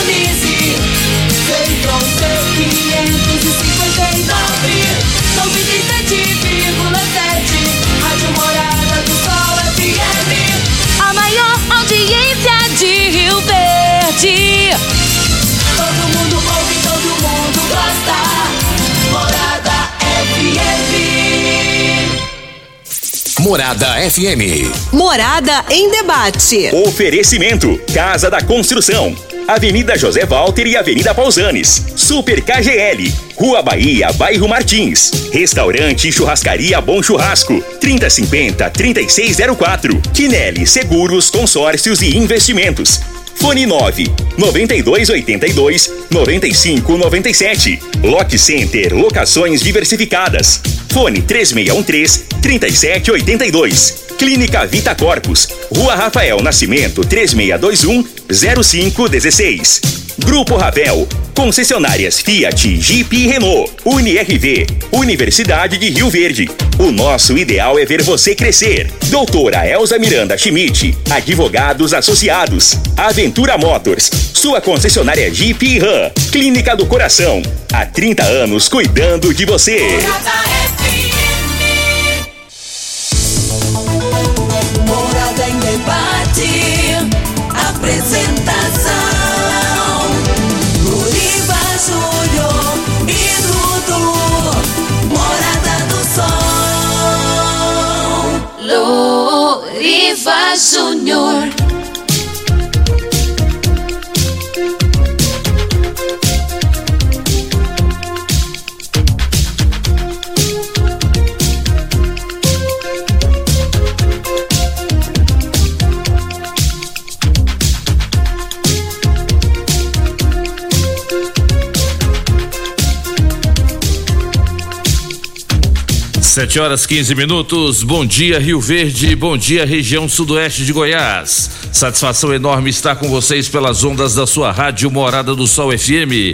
sintonize. Central C559, 97,7. Rádio Morada do Sol FM. A maior audiência de Rio Verde. Todo mundo ouve, todo mundo gosta. Morada FM. Morada FM. Morada em debate. Oferecimento: Casa da Construção, Avenida José Walter e Avenida Pausanes. Super KGL, Rua Bahia, Bairro Martins. Restaurante e Churrascaria Bom Churrasco, 3050-3604. Quinelli Seguros, Consórcios e Investimentos. Fone 99282-9597. Lock Center, locações diversificadas. Fone 3613-3782. Clínica Vita Corpus, Rua Rafael Nascimento, 3621-0516. Grupo Ravel, concessionárias Fiat, Jeep e Renault. UniRV, Universidade de Rio Verde. O nosso ideal é ver você crescer. Doutora Elza Miranda Schmidt, Advogados Associados. Aventura Motors, sua concessionária Jeep e Ram. Clínica do Coração, há 30 anos cuidando de você. Morada em debate. Apresentação: Loriva Júnior e Dudu. Morada do Sol. Loriva Júnior. Sete horas 15 minutos. Bom dia, Rio Verde. Bom dia, região sudoeste de Goiás. Satisfação enorme estar com vocês pelas ondas da sua rádio Morada do Sol FM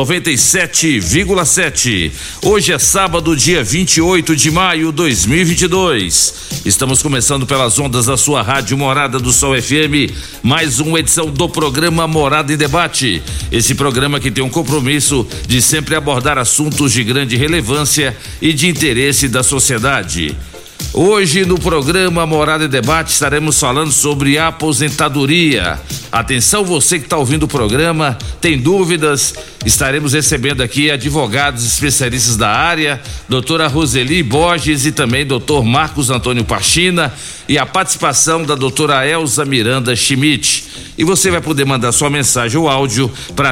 97,7. Hoje é sábado, dia 28 de maio de 2022. Estamos começando pelas ondas da sua rádio Morada do Sol FM mais uma edição do programa Morada em Debate. Esse programa que tem um compromisso de sempre abordar assuntos de grande relevância e de interesse da sociedade. Hoje no programa Morada em Debate estaremos falando sobre aposentadoria. Atenção, você que está ouvindo o programa, tem dúvidas? Estaremos recebendo aqui advogados especialistas da área, doutora Roseli Borges e também doutor Marcos Antônio Pachina, e a participação da doutora Elza Miranda Schmidt. E você vai poder mandar sua mensagem ou áudio para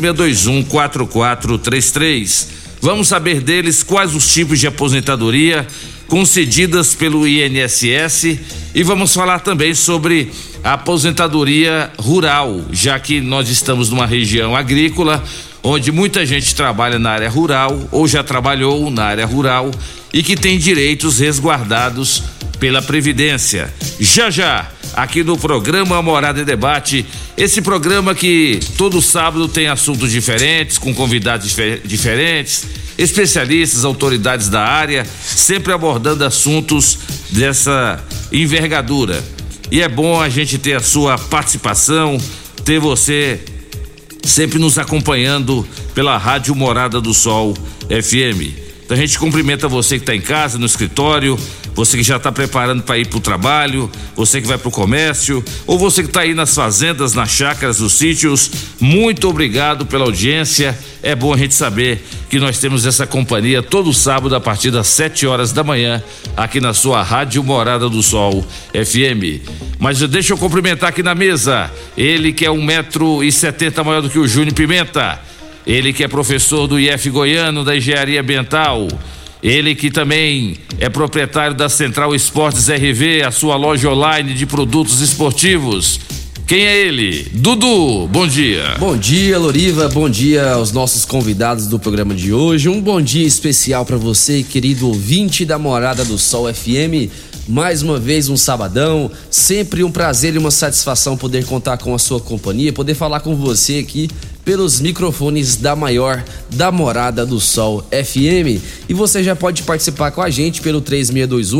3621-4433. Vamos saber deles quais os tipos de aposentadoria concedidas pelo INSS e vamos falar também sobre a aposentadoria rural, já que nós estamos numa região agrícola onde muita gente trabalha na área rural ou já trabalhou na área rural e que tem direitos resguardados pela Previdência. Já, aqui no programa Morada em Debate, esse programa que todo sábado tem assuntos diferentes, com convidados diferentes, especialistas, autoridades da área, sempre abordando assuntos dessa envergadura. E é bom a gente ter a sua participação, ter você sempre nos acompanhando pela Rádio Morada do Sol FM. Então a gente cumprimenta você que está em casa, no escritório, você que já está preparando para ir para o trabalho, você que vai para o comércio, ou você que está aí nas fazendas, nas chácaras, nos sítios. Muito obrigado pela audiência. É bom a gente saber que nós temos essa companhia todo sábado a partir das 7 horas da manhã aqui na sua Rádio Morada do Sol FM. Mas deixa eu cumprimentar aqui na mesa ele que é 1,70 m maior do que o Júnior Pimenta, ele que é professor do IF Goiano da Engenharia Ambiental, ele que também é proprietário da Central Esportes RV, a sua loja online de produtos esportivos. Quem é ele? Dudu, bom dia. Bom dia, Loriva, bom dia aos nossos convidados do programa de hoje. Um bom dia especial para você, querido ouvinte da Morada do Sol FM. Mais uma vez um sabadão, sempre um prazer e uma satisfação poder contar com a sua companhia, poder falar com você aqui pelos microfones da maior, da Morada do Sol FM. E você já pode participar com a gente pelo 3621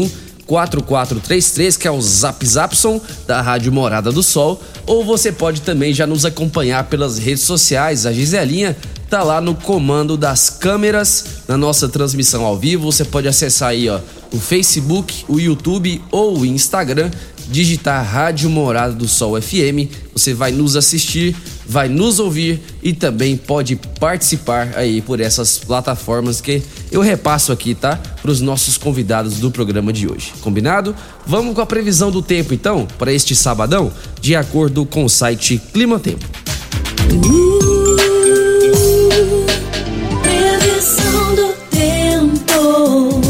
4433, que é o Zapson da Rádio Morada do Sol, ou você pode também já nos acompanhar pelas redes sociais. A Giselinha tá lá no comando das câmeras na nossa transmissão ao vivo. Você pode acessar aí, ó, o Facebook, o YouTube ou o Instagram, digitar Rádio Morada do Sol FM. Você vai nos assistir, vai nos ouvir e também pode participar aí por essas plataformas que eu repasso aqui, tá? Para os nossos convidados do programa de hoje. Combinado? Vamos com a previsão do tempo então, para este sabadão, de acordo com o site Clima Tempo. Previsão do tempo.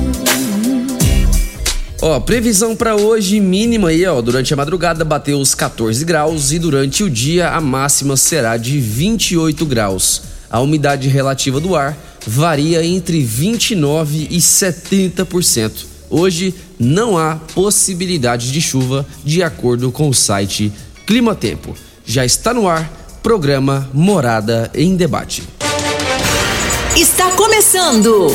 Ó, previsão para hoje mínima aí, ó, durante a madrugada bateu os 14 graus e durante o dia a máxima será de 28 graus. A umidade relativa do ar varia entre 29% e 70%. Hoje não há possibilidade de chuva, de acordo com o site Clima Tempo. Já está no ar, programa Morada em Debate. Está começando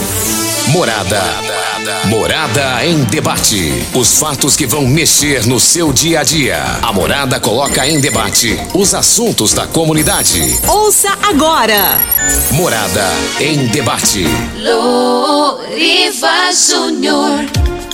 Morada em Debate. Os fatos que vão mexer no seu dia a dia. A Morada coloca em debate os assuntos da comunidade. Ouça agora. Morada em Debate. Loriva Júnior.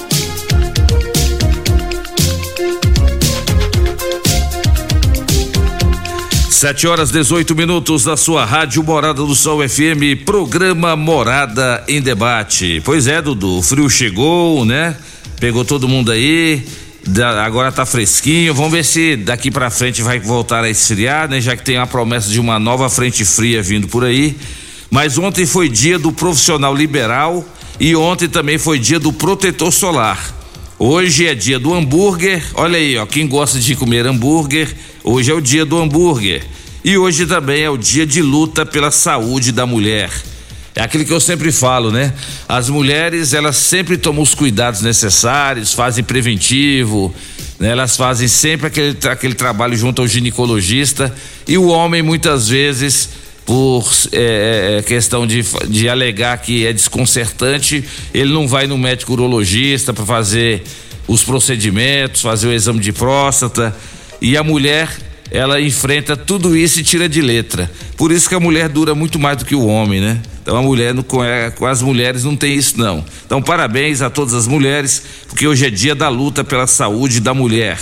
Sete horas 18 minutos da sua Rádio Morada do Sol FM, programa Morada em Debate. Pois é, Dudu, o frio chegou, né? Pegou todo mundo aí, agora tá fresquinho. Vamos ver se daqui pra frente vai voltar a esfriar, né? Já que tem a promessa de uma nova frente fria vindo por aí. Mas ontem foi dia do profissional liberal e ontem também foi dia do protetor solar. Hoje é dia do hambúrguer. Olha aí, ó, quem gosta de comer hambúrguer, hoje é o dia do hambúrguer. E hoje também é o dia de luta pela saúde da mulher. É aquilo que eu sempre falo, né? As mulheres, elas sempre tomam os cuidados necessários, fazem preventivo, né? Elas fazem sempre aquele trabalho junto ao ginecologista. E o homem, muitas vezes, por questão de alegar que é desconcertante, ele não vai no médico urologista para fazer os procedimentos, fazer o exame de próstata. E a mulher, ela enfrenta tudo isso e tira de letra. Por isso que a mulher dura muito mais do que o homem, né? Então a mulher, com as mulheres não tem isso não. Então parabéns a todas as mulheres, porque hoje é dia da luta pela saúde da mulher.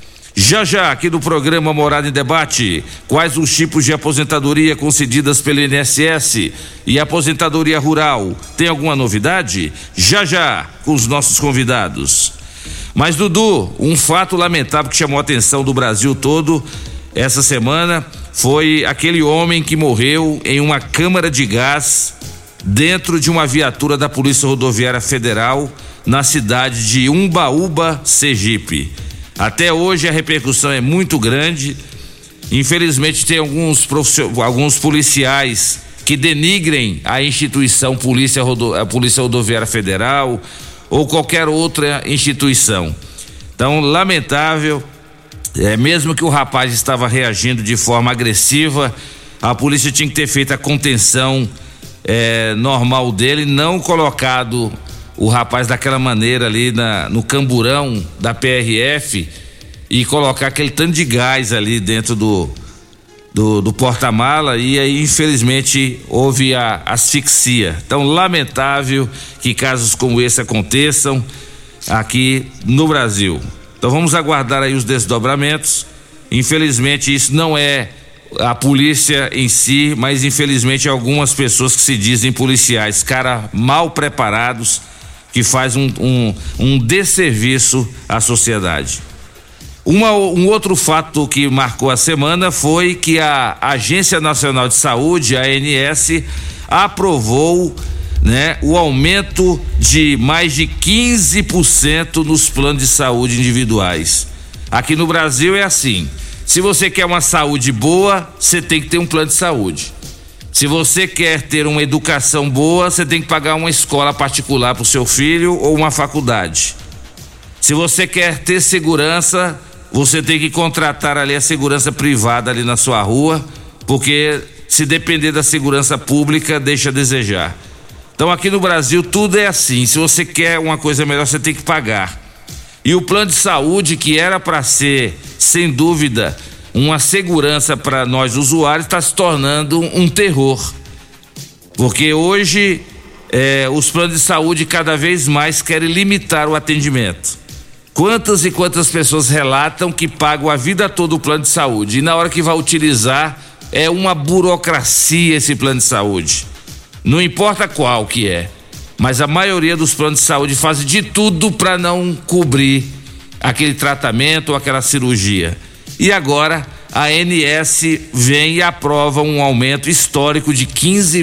Já aqui no programa Morada em Debate, quais os tipos de aposentadoria concedidas pelo INSS e aposentadoria rural? Tem alguma novidade? Já com os nossos convidados. Mas, Dudu, um fato lamentável que chamou a atenção do Brasil todo essa semana foi aquele homem que morreu em uma câmara de gás dentro de uma viatura da Polícia Rodoviária Federal na cidade de Umbaúba, Sergipe. Até hoje a repercussão é muito grande. Infelizmente tem alguns policiais que denigrem a instituição a Polícia Rodoviária Federal ou qualquer outra instituição. Então, lamentável, mesmo que o rapaz estava reagindo de forma agressiva, a polícia tinha que ter feito a contenção normal dele, não colocado o rapaz daquela maneira ali no camburão da PRF e colocar aquele tanto de gás ali dentro do porta-mala, e aí infelizmente houve a asfixia. Então, lamentável que casos como esse aconteçam aqui no Brasil. Então vamos aguardar aí os desdobramentos. Infelizmente isso não é a polícia em si, mas infelizmente algumas pessoas que se dizem policiais, cara mal preparados, que faz um desserviço à sociedade. Um outro fato que marcou a semana foi que a Agência Nacional de Saúde, a ANS, aprovou, né, o aumento de mais de 15% nos planos de saúde individuais. Aqui no Brasil é assim: se você quer uma saúde boa, você tem que ter um plano de saúde. Se você quer ter uma educação boa, você tem que pagar uma escola particular para o seu filho ou uma faculdade. Se você quer ter segurança, você tem que contratar ali a segurança privada ali na sua rua, porque se depender da segurança pública, deixa a desejar. Então aqui no Brasil tudo é assim, se você quer uma coisa melhor você tem que pagar. E o plano de saúde, que era para ser, sem dúvida, uma segurança para nós usuários, está se tornando um terror. Porque hoje os planos de saúde cada vez mais querem limitar o atendimento. Quantas e quantas pessoas relatam que pagam a vida toda o plano de saúde e na hora que vai utilizar é uma burocracia esse plano de saúde. Não importa qual que é, mas a maioria dos planos de saúde fazem de tudo para não cobrir aquele tratamento ou aquela cirurgia. E agora a ANS vem e aprova um aumento histórico de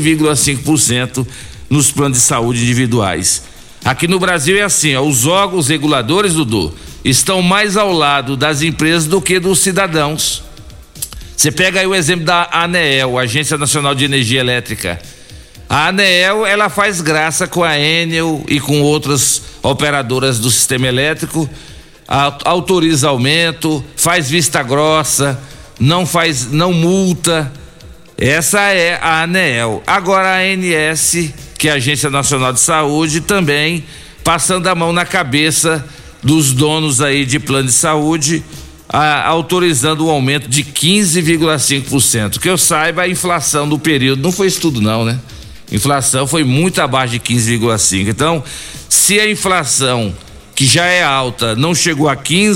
15,5% nos planos de saúde individuais. Aqui no Brasil é assim, os órgãos reguladores, Dudu, estão mais ao lado das empresas do que dos cidadãos. Você pega aí o exemplo da ANEEL, Agência Nacional de Energia Elétrica. A ANEEL, ela faz graça com a Enel e com outras operadoras do sistema elétrico, autoriza aumento, faz vista grossa, não multa. Essa é a ANEEL. Agora a ANS, que é a Agência Nacional de Saúde, também passando a mão na cabeça dos donos aí de plano de saúde, autorizando um aumento de 15,5%. Que eu saiba, a inflação do período, não foi isso tudo não, né? Inflação foi muito abaixo de 15,5%. Então, se a inflação, que já é alta, não chegou a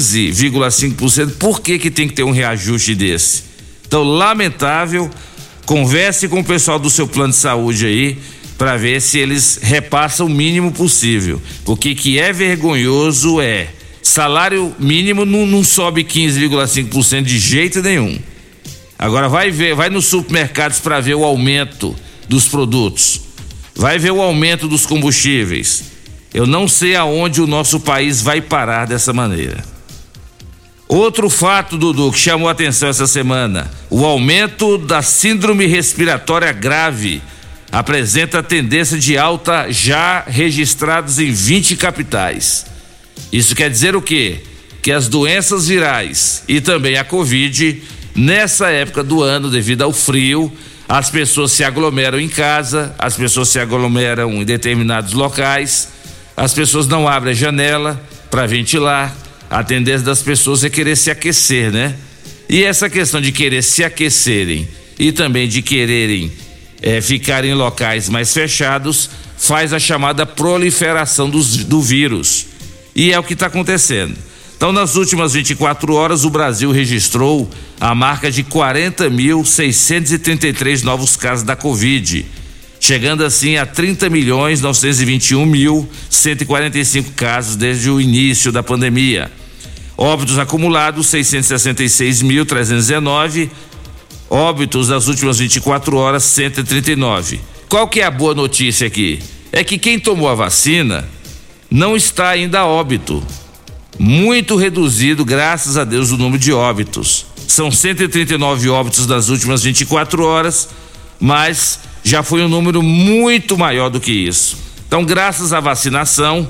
15,5%, por que tem que ter um reajuste desse? Então, lamentável. Converse com o pessoal do seu plano de saúde aí para ver se eles repassam o mínimo possível. Porque que é vergonhoso salário mínimo não sobe 15,5% de jeito nenhum. Agora vai nos supermercados para ver o aumento dos produtos, vai ver o aumento dos combustíveis. Eu não sei aonde o nosso país vai parar dessa maneira. Outro fato, Dudu, que chamou a atenção essa semana: o aumento da síndrome respiratória grave apresenta tendência de alta já registrados em 20 capitais. Isso quer dizer o quê? Que as doenças virais e também a Covid, nessa época do ano, devido ao frio, as pessoas se aglomeram em casa, as pessoas se aglomeram em determinados locais, as pessoas não abrem a janela para ventilar. A tendência das pessoas é querer se aquecer, né? E essa questão de querer se aquecerem e também de quererem ficar em locais mais fechados faz a chamada proliferação do vírus. E é o que está acontecendo. Então, nas últimas 24 horas, o Brasil registrou a marca de 40.633 novos casos da Covid, chegando assim a 30.921.145 casos desde o início da pandemia. Óbitos acumulados 666.319, óbitos das últimas 24 horas 139. Qual que é a boa notícia aqui? É que quem tomou a vacina não está ainda a óbito. Muito reduzido, graças a Deus, o número de óbitos. São 139 óbitos das últimas 24 horas, mas já foi um número muito maior do que isso. Então, graças à vacinação,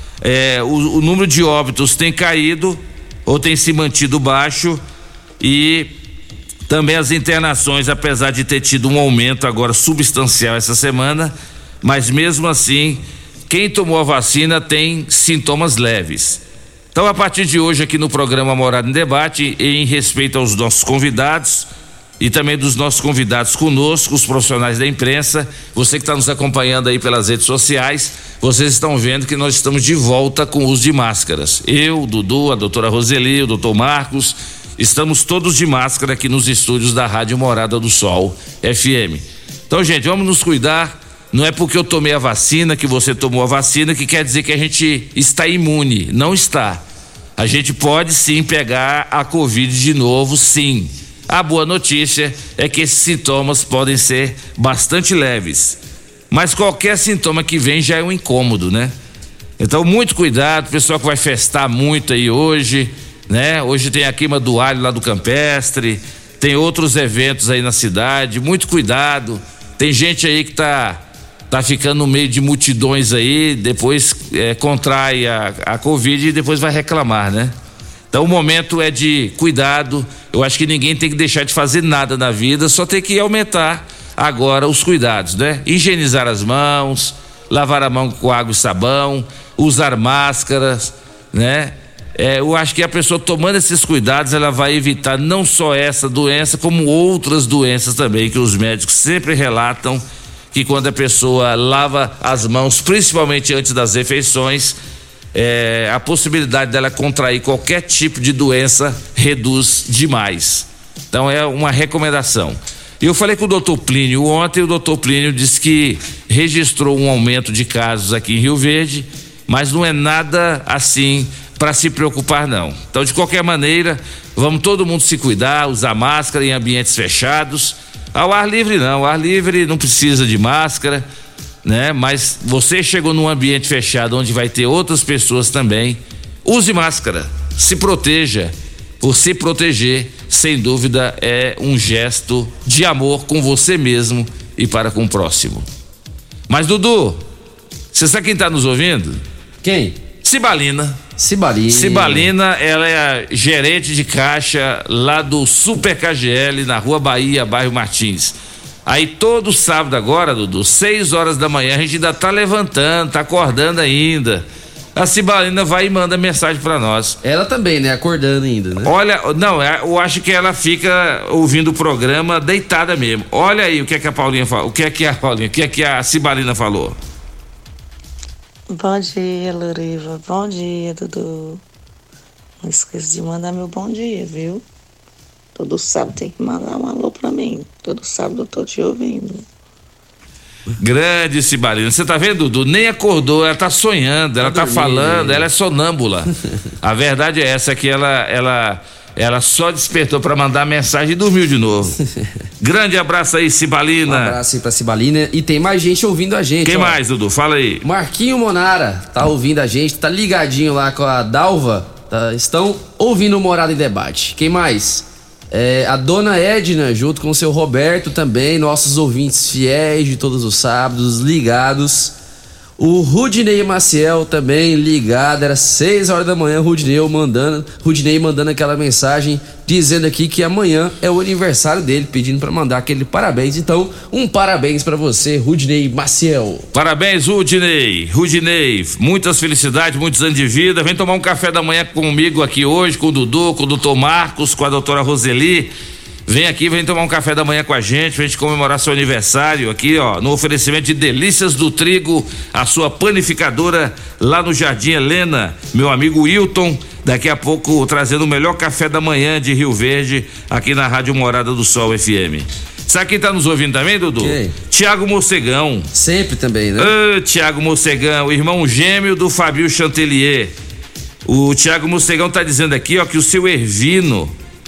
o número de óbitos tem caído ou tem se mantido baixo, e também as internações, apesar de ter tido um aumento agora substancial essa semana, mas mesmo assim, quem tomou a vacina tem sintomas leves. Então, a partir de hoje, aqui no programa Morada em Debate, em respeito aos nossos convidados e também dos nossos convidados conosco, os profissionais da imprensa, você que está nos acompanhando aí pelas redes sociais, vocês estão vendo que nós estamos de volta com o uso de máscaras. Eu, Dudu, a doutora Roseli, o doutor Marcos, estamos todos de máscara aqui nos estúdios da Rádio Morada do Sol FM. Então, gente, vamos nos cuidar. Não é porque eu tomei a vacina, que você tomou a vacina, que quer dizer que a gente está imune. Não está. A gente pode sim pegar a Covid de novo, sim. A boa notícia é que esses sintomas podem ser bastante leves. Mas qualquer sintoma que vem já é um incômodo, né? Então, muito cuidado, pessoal que vai festar muito aí hoje, né? Hoje tem a queima do alho lá do Campestre, tem outros eventos aí na cidade, muito cuidado. Tem gente aí que tá ficando no meio de multidões aí, depois contrai a Covid e depois vai reclamar, né? Então o momento é de cuidado. Eu acho que ninguém tem que deixar de fazer nada na vida, só tem que aumentar agora os cuidados, né? Higienizar as mãos, lavar a mão com água e sabão, usar máscaras, né? Eu acho que a pessoa tomando esses cuidados, ela vai evitar não só essa doença, como outras doenças também, que os médicos sempre relatam que quando a pessoa lava as mãos, principalmente antes das refeições, a possibilidade dela contrair qualquer tipo de doença reduz demais. Então é uma recomendação. Eu falei com o doutor Plínio ontem, o doutor Plínio disse que registrou um aumento de casos aqui em Rio Verde, mas não é nada assim para se preocupar não. Então, de qualquer maneira, vamos todo mundo se cuidar, usar máscara em ambientes fechados. Ao ar livre não, ao ar livre não precisa de máscara, né? Mas você chegou num ambiente fechado onde vai ter outras pessoas também, use máscara, se proteja. Por se proteger, sem dúvida, é um gesto de amor com você mesmo e para com o próximo. Mas, Dudu, você sabe quem está nos ouvindo? Quem? Cibalina. Cibalina, ela é a gerente de caixa lá do Super KGL, na Rua Bahia, bairro Martins. Aí todo sábado agora, Dudu, 6 horas da manhã, a gente ainda tá levantando, tá acordando ainda. A Cibalina vai e manda mensagem pra nós. Ela também, né? Acordando ainda, né? Olha, não, eu acho que ela fica ouvindo o programa deitada mesmo. Olha aí o que é que a Paulinha falou. O que é que a Cibalina falou? Bom dia, Loriva. Bom dia, Dudu. Não esqueça de mandar meu bom dia, viu? Todo sábado tem que mandar um alô pra mim. Todo sábado eu tô te ouvindo. Grande Cibalina. Você tá vendo, Dudu? Nem acordou, ela tá sonhando, ela tá falando, ela é sonâmbula. A verdade é essa, que ela só despertou pra mandar mensagem e dormiu de novo. Grande abraço aí, Cibalina. Um abraço aí pra Cibalina. E tem mais gente ouvindo a gente. Quem mais, Dudu? Fala aí. Marquinho Monara tá ouvindo a gente, tá ligadinho lá com a Dalva. Estão ouvindo o Morada em Debate. Quem mais? A dona Edna, junto com o seu Roberto também, nossos ouvintes fiéis de todos os sábados, ligados. O Rudinei Maciel também ligado, era 6 horas da manhã, Rudinei mandando aquela mensagem, dizendo aqui que amanhã é o aniversário dele, pedindo para mandar aquele parabéns. Então, um parabéns para você, Rudinei Maciel. Parabéns, Rudinei, muitas felicidades, muitos anos de vida. Vem tomar um café da manhã comigo aqui hoje, com o Dudu, com o doutor Marcos, com a doutora Roseli. Vem aqui, vem tomar um café da manhã com a gente, pra gente comemorar seu aniversário aqui, ó, no oferecimento de Delícias do Trigo, a sua panificadora lá no Jardim Helena, meu amigo Wilton, daqui a pouco trazendo o melhor café da manhã de Rio Verde, aqui na Rádio Morada do Sol FM. Sabe quem tá nos ouvindo também, Dudu? Quem? Tiago Morcegão. Sempre também, né? Tiago Morcegão, irmão gêmeo do Fabio Chantelier. O Tiago Morcegão tá dizendo aqui, ó, que o seu Ervino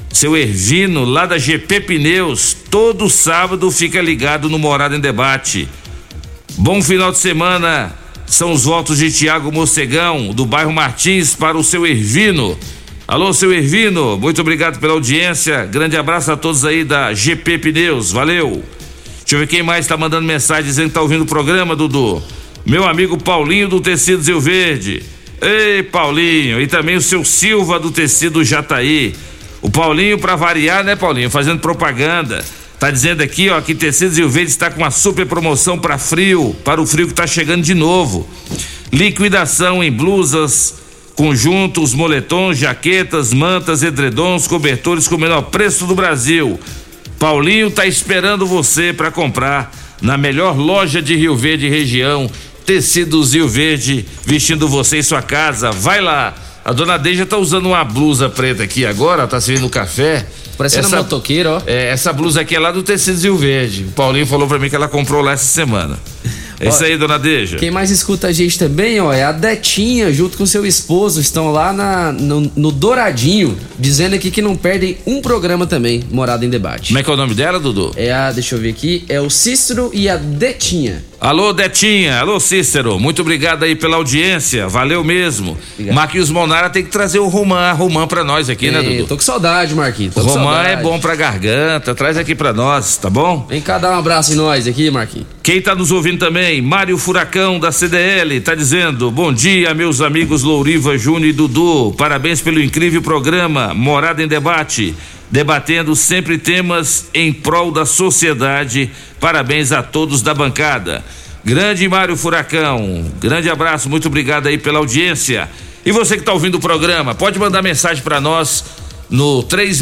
lá da GP Pneus, todo sábado fica ligado no Morada em Debate. Bom final de semana, são os votos de Tiago Morcegão, do bairro Martins, para o seu Ervino. Alô, seu Ervino, muito obrigado pela audiência, grande abraço a todos aí da GP Pneus, valeu. Deixa eu ver quem mais tá mandando mensagem dizendo que tá ouvindo o programa, Dudu. Meu amigo Paulinho do Tecido Rio Verde. Ei, Paulinho, e também o seu Silva do Tecido Jataí. O Paulinho, pra variar, né, Paulinho? Fazendo propaganda. Tá dizendo aqui, ó, que Tecidos Rio Verde está com uma super promoção para o frio que tá chegando de novo. Liquidação em blusas, conjuntos, moletons, jaquetas, mantas, edredons, cobertores com o menor preço do Brasil. Paulinho tá esperando você para comprar na melhor loja de Rio Verde e região. Tecidos Rio Verde, vestindo você em sua casa. Vai lá. A dona Deja tá usando uma blusa preta aqui agora, tá servindo café. Parecendo uma motoqueira, ó. Essa blusa aqui é lá do Tecido Rio Verde. O Paulinho falou pra mim que ela comprou lá essa semana. É isso aí, dona Deja. Quem mais escuta a gente também, ó, é a Detinha, junto com seu esposo. Estão lá no Douradinho, dizendo aqui que não perdem um programa também, Morada em Debate. Como é que é o nome dela, Dudu? Deixa eu ver aqui, é o Cícero e a Detinha. Alô, Detinha, alô, Cícero, muito obrigado aí pela audiência, valeu mesmo. Obrigado. Marquinhos Monara tem que trazer o Romã pra nós aqui, né, Dudu? Tô com saudade, Marquinhos. Romã é bom pra garganta, traz aqui pra nós, tá bom? Vem cá dar um abraço em nós aqui, Marquinhos. Quem tá nos ouvindo também, Mário Furacão da CDL, tá dizendo: bom dia, meus amigos Louriva, Júnior e Dudu, parabéns pelo incrível programa Morada em Debate, debatendo sempre temas em prol da sociedade, parabéns a todos da bancada. Grande Mário Furacão, grande abraço, muito obrigado aí pela audiência. E você que está ouvindo o programa, pode mandar mensagem para nós no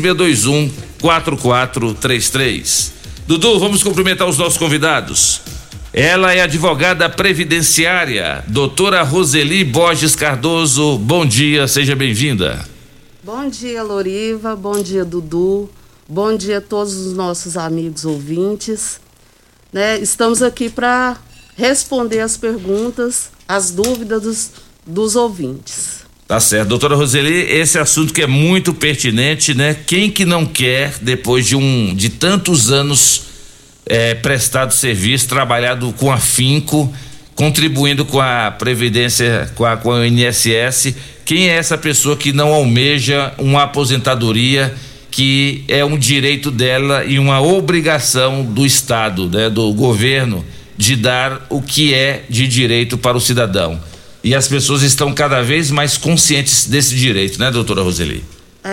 3621-4433. Dudu, vamos cumprimentar os nossos convidados. Ela é advogada previdenciária, doutora Roseli Borges Cardoso. Bom dia, seja bem-vinda. Bom dia, Loriva, bom dia, Dudu, bom dia a todos os nossos amigos ouvintes. Estamos aqui para responder as perguntas, as dúvidas dos ouvintes. Tá certo, doutora Roseli, esse assunto que é muito pertinente, né? Quem que não quer, depois de tantos anos prestado serviço, trabalhado com afinco, contribuindo com a Previdência, com o INSS, quem é essa pessoa que não almeja uma aposentadoria que é um direito dela e uma obrigação do Estado, né, do governo, de dar o que é de direito para o cidadão? E as pessoas estão cada vez mais conscientes desse direito, né, doutora Roseli?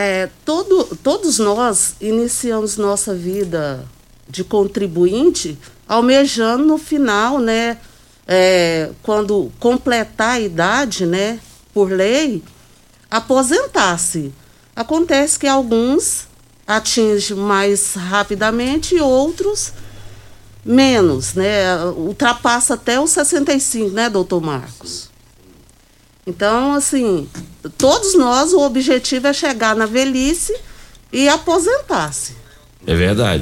Todos nós iniciamos nossa vida de contribuinte almejando no final, né, quando completar a idade, né, por lei, aposentar-se. Acontece que alguns atingem mais rapidamente e outros menos, né? Ultrapassa até os 65, né, doutor Marcos? Então, assim, todos nós, o objetivo é chegar na velhice e aposentar-se. É verdade.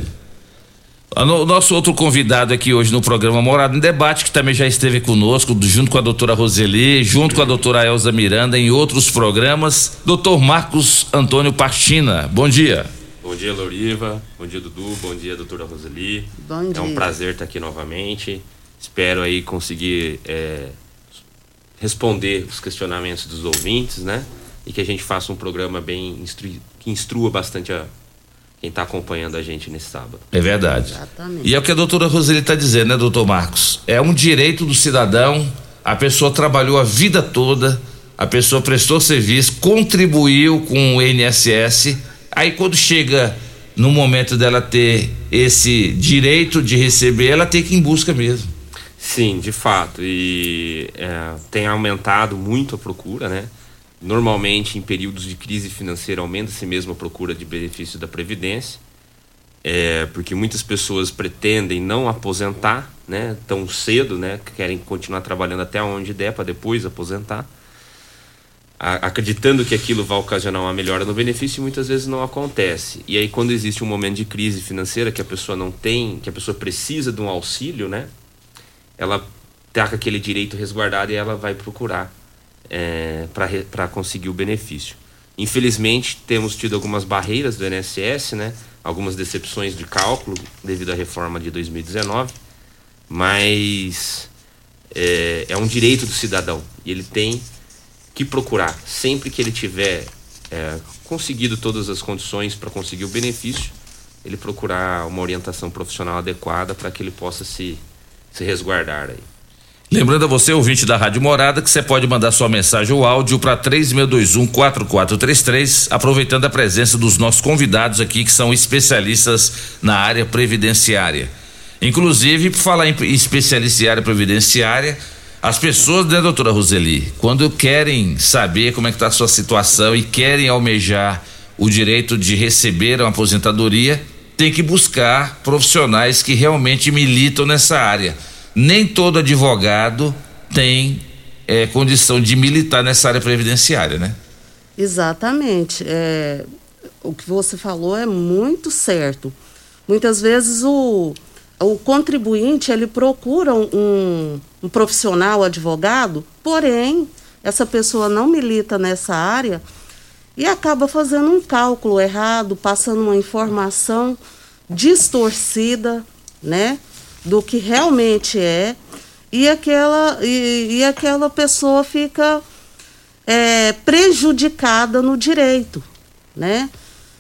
O nosso outro convidado aqui hoje no programa Morada em Debate, que também já esteve conosco, junto com a doutora Roseli, junto com a doutora Elza Miranda, em outros programas, doutor Marcos Antônio Pastina. Bom dia. Bom dia, Loriva. Bom dia, Dudu. Bom dia, doutora Roseli. Bom dia. É um prazer estar aqui novamente. Espero aí conseguir responder os questionamentos dos ouvintes, né? E que a gente faça um programa bem que instrua bastante quem está acompanhando a gente nesse sábado. É verdade. Exatamente. E é o que a doutora Roseli está dizendo, né, doutor Marcos? É um direito do cidadão, a pessoa trabalhou a vida toda, a pessoa prestou serviço, contribuiu com o INSS, aí quando chega no momento dela ter esse direito de receber, ela tem que ir em busca mesmo. Sim, de fato, e tem aumentado muito a procura, né? Normalmente, em períodos de crise financeira, aumenta-se mesmo a procura de benefício da Previdência, porque muitas pessoas pretendem não aposentar, né, tão cedo, né, querem continuar trabalhando até onde der para depois aposentar, acreditando que aquilo vai ocasionar uma melhora no benefício, e muitas vezes não acontece. E aí, quando existe um momento de crise financeira que a pessoa não tem, que a pessoa precisa de um auxílio, né, ela tá com aquele direito resguardado e ela vai procurar para conseguir o benefício. Infelizmente, temos tido algumas barreiras do INSS, né? Algumas decepções de cálculo devido à reforma de 2019, mas é um direito do cidadão e ele tem que procurar, sempre que ele tiver conseguido todas as condições para conseguir o benefício, ele procurar uma orientação profissional adequada para que ele possa se resguardar aí. Lembrando a você, ouvinte da Rádio Morada, que você pode mandar sua mensagem ou áudio para 3621-4433, aproveitando a presença dos nossos convidados aqui, que são especialistas na área previdenciária. Inclusive, por falar em especialista em área previdenciária, as pessoas, né, doutora Roseli, quando querem saber como é que está a sua situação e querem almejar o direito de receber uma aposentadoria, tem que buscar profissionais que realmente militam nessa área. Nem todo advogado tem condição de militar nessa área previdenciária, né? Exatamente. O que você falou é muito certo. Muitas vezes o contribuinte, ele procura um profissional, advogado, porém, essa pessoa não milita nessa área e acaba fazendo um cálculo errado, passando uma informação distorcida, né? Do que realmente e aquela pessoa fica prejudicada no direito, né?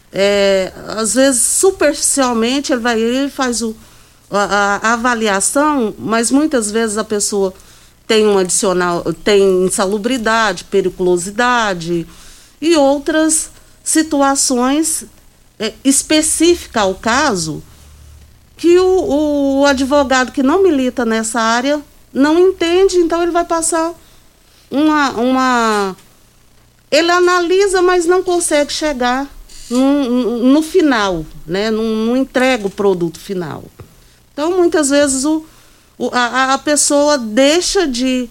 Às vezes, superficialmente, ele vai e faz a avaliação, mas muitas vezes a pessoa tem tem insalubridade, periculosidade e outras situações específicas ao caso, que o advogado que não milita nessa área não entende, então ele vai passar ele analisa, mas não consegue chegar no final, né? Não entrega o produto final. Então, muitas vezes, a pessoa deixa de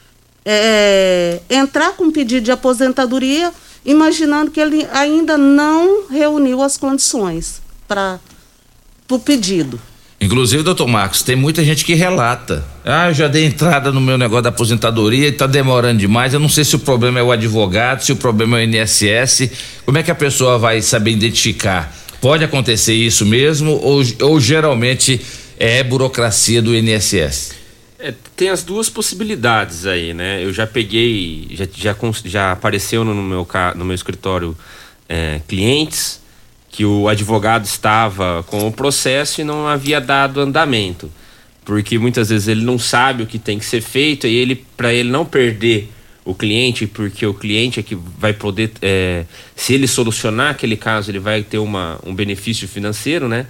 entrar com pedido de aposentadoria, imaginando que ele ainda não reuniu as condições para o pedido. Inclusive, doutor Marcos, tem muita gente que relata. Eu já dei entrada no meu negócio da aposentadoria e está demorando demais. Eu não sei se o problema é o advogado, se o problema é o INSS. Como é que a pessoa vai saber identificar? Pode acontecer isso mesmo ou geralmente é burocracia do INSS? Tem as duas possibilidades aí, né? Eu já peguei, já apareceu no meu escritório clientes que o advogado estava com o processo e não havia dado andamento, porque muitas vezes ele não sabe o que tem que ser feito e para ele não perder o cliente, porque o cliente é que vai poder, se ele solucionar aquele caso, ele vai ter um benefício financeiro, né?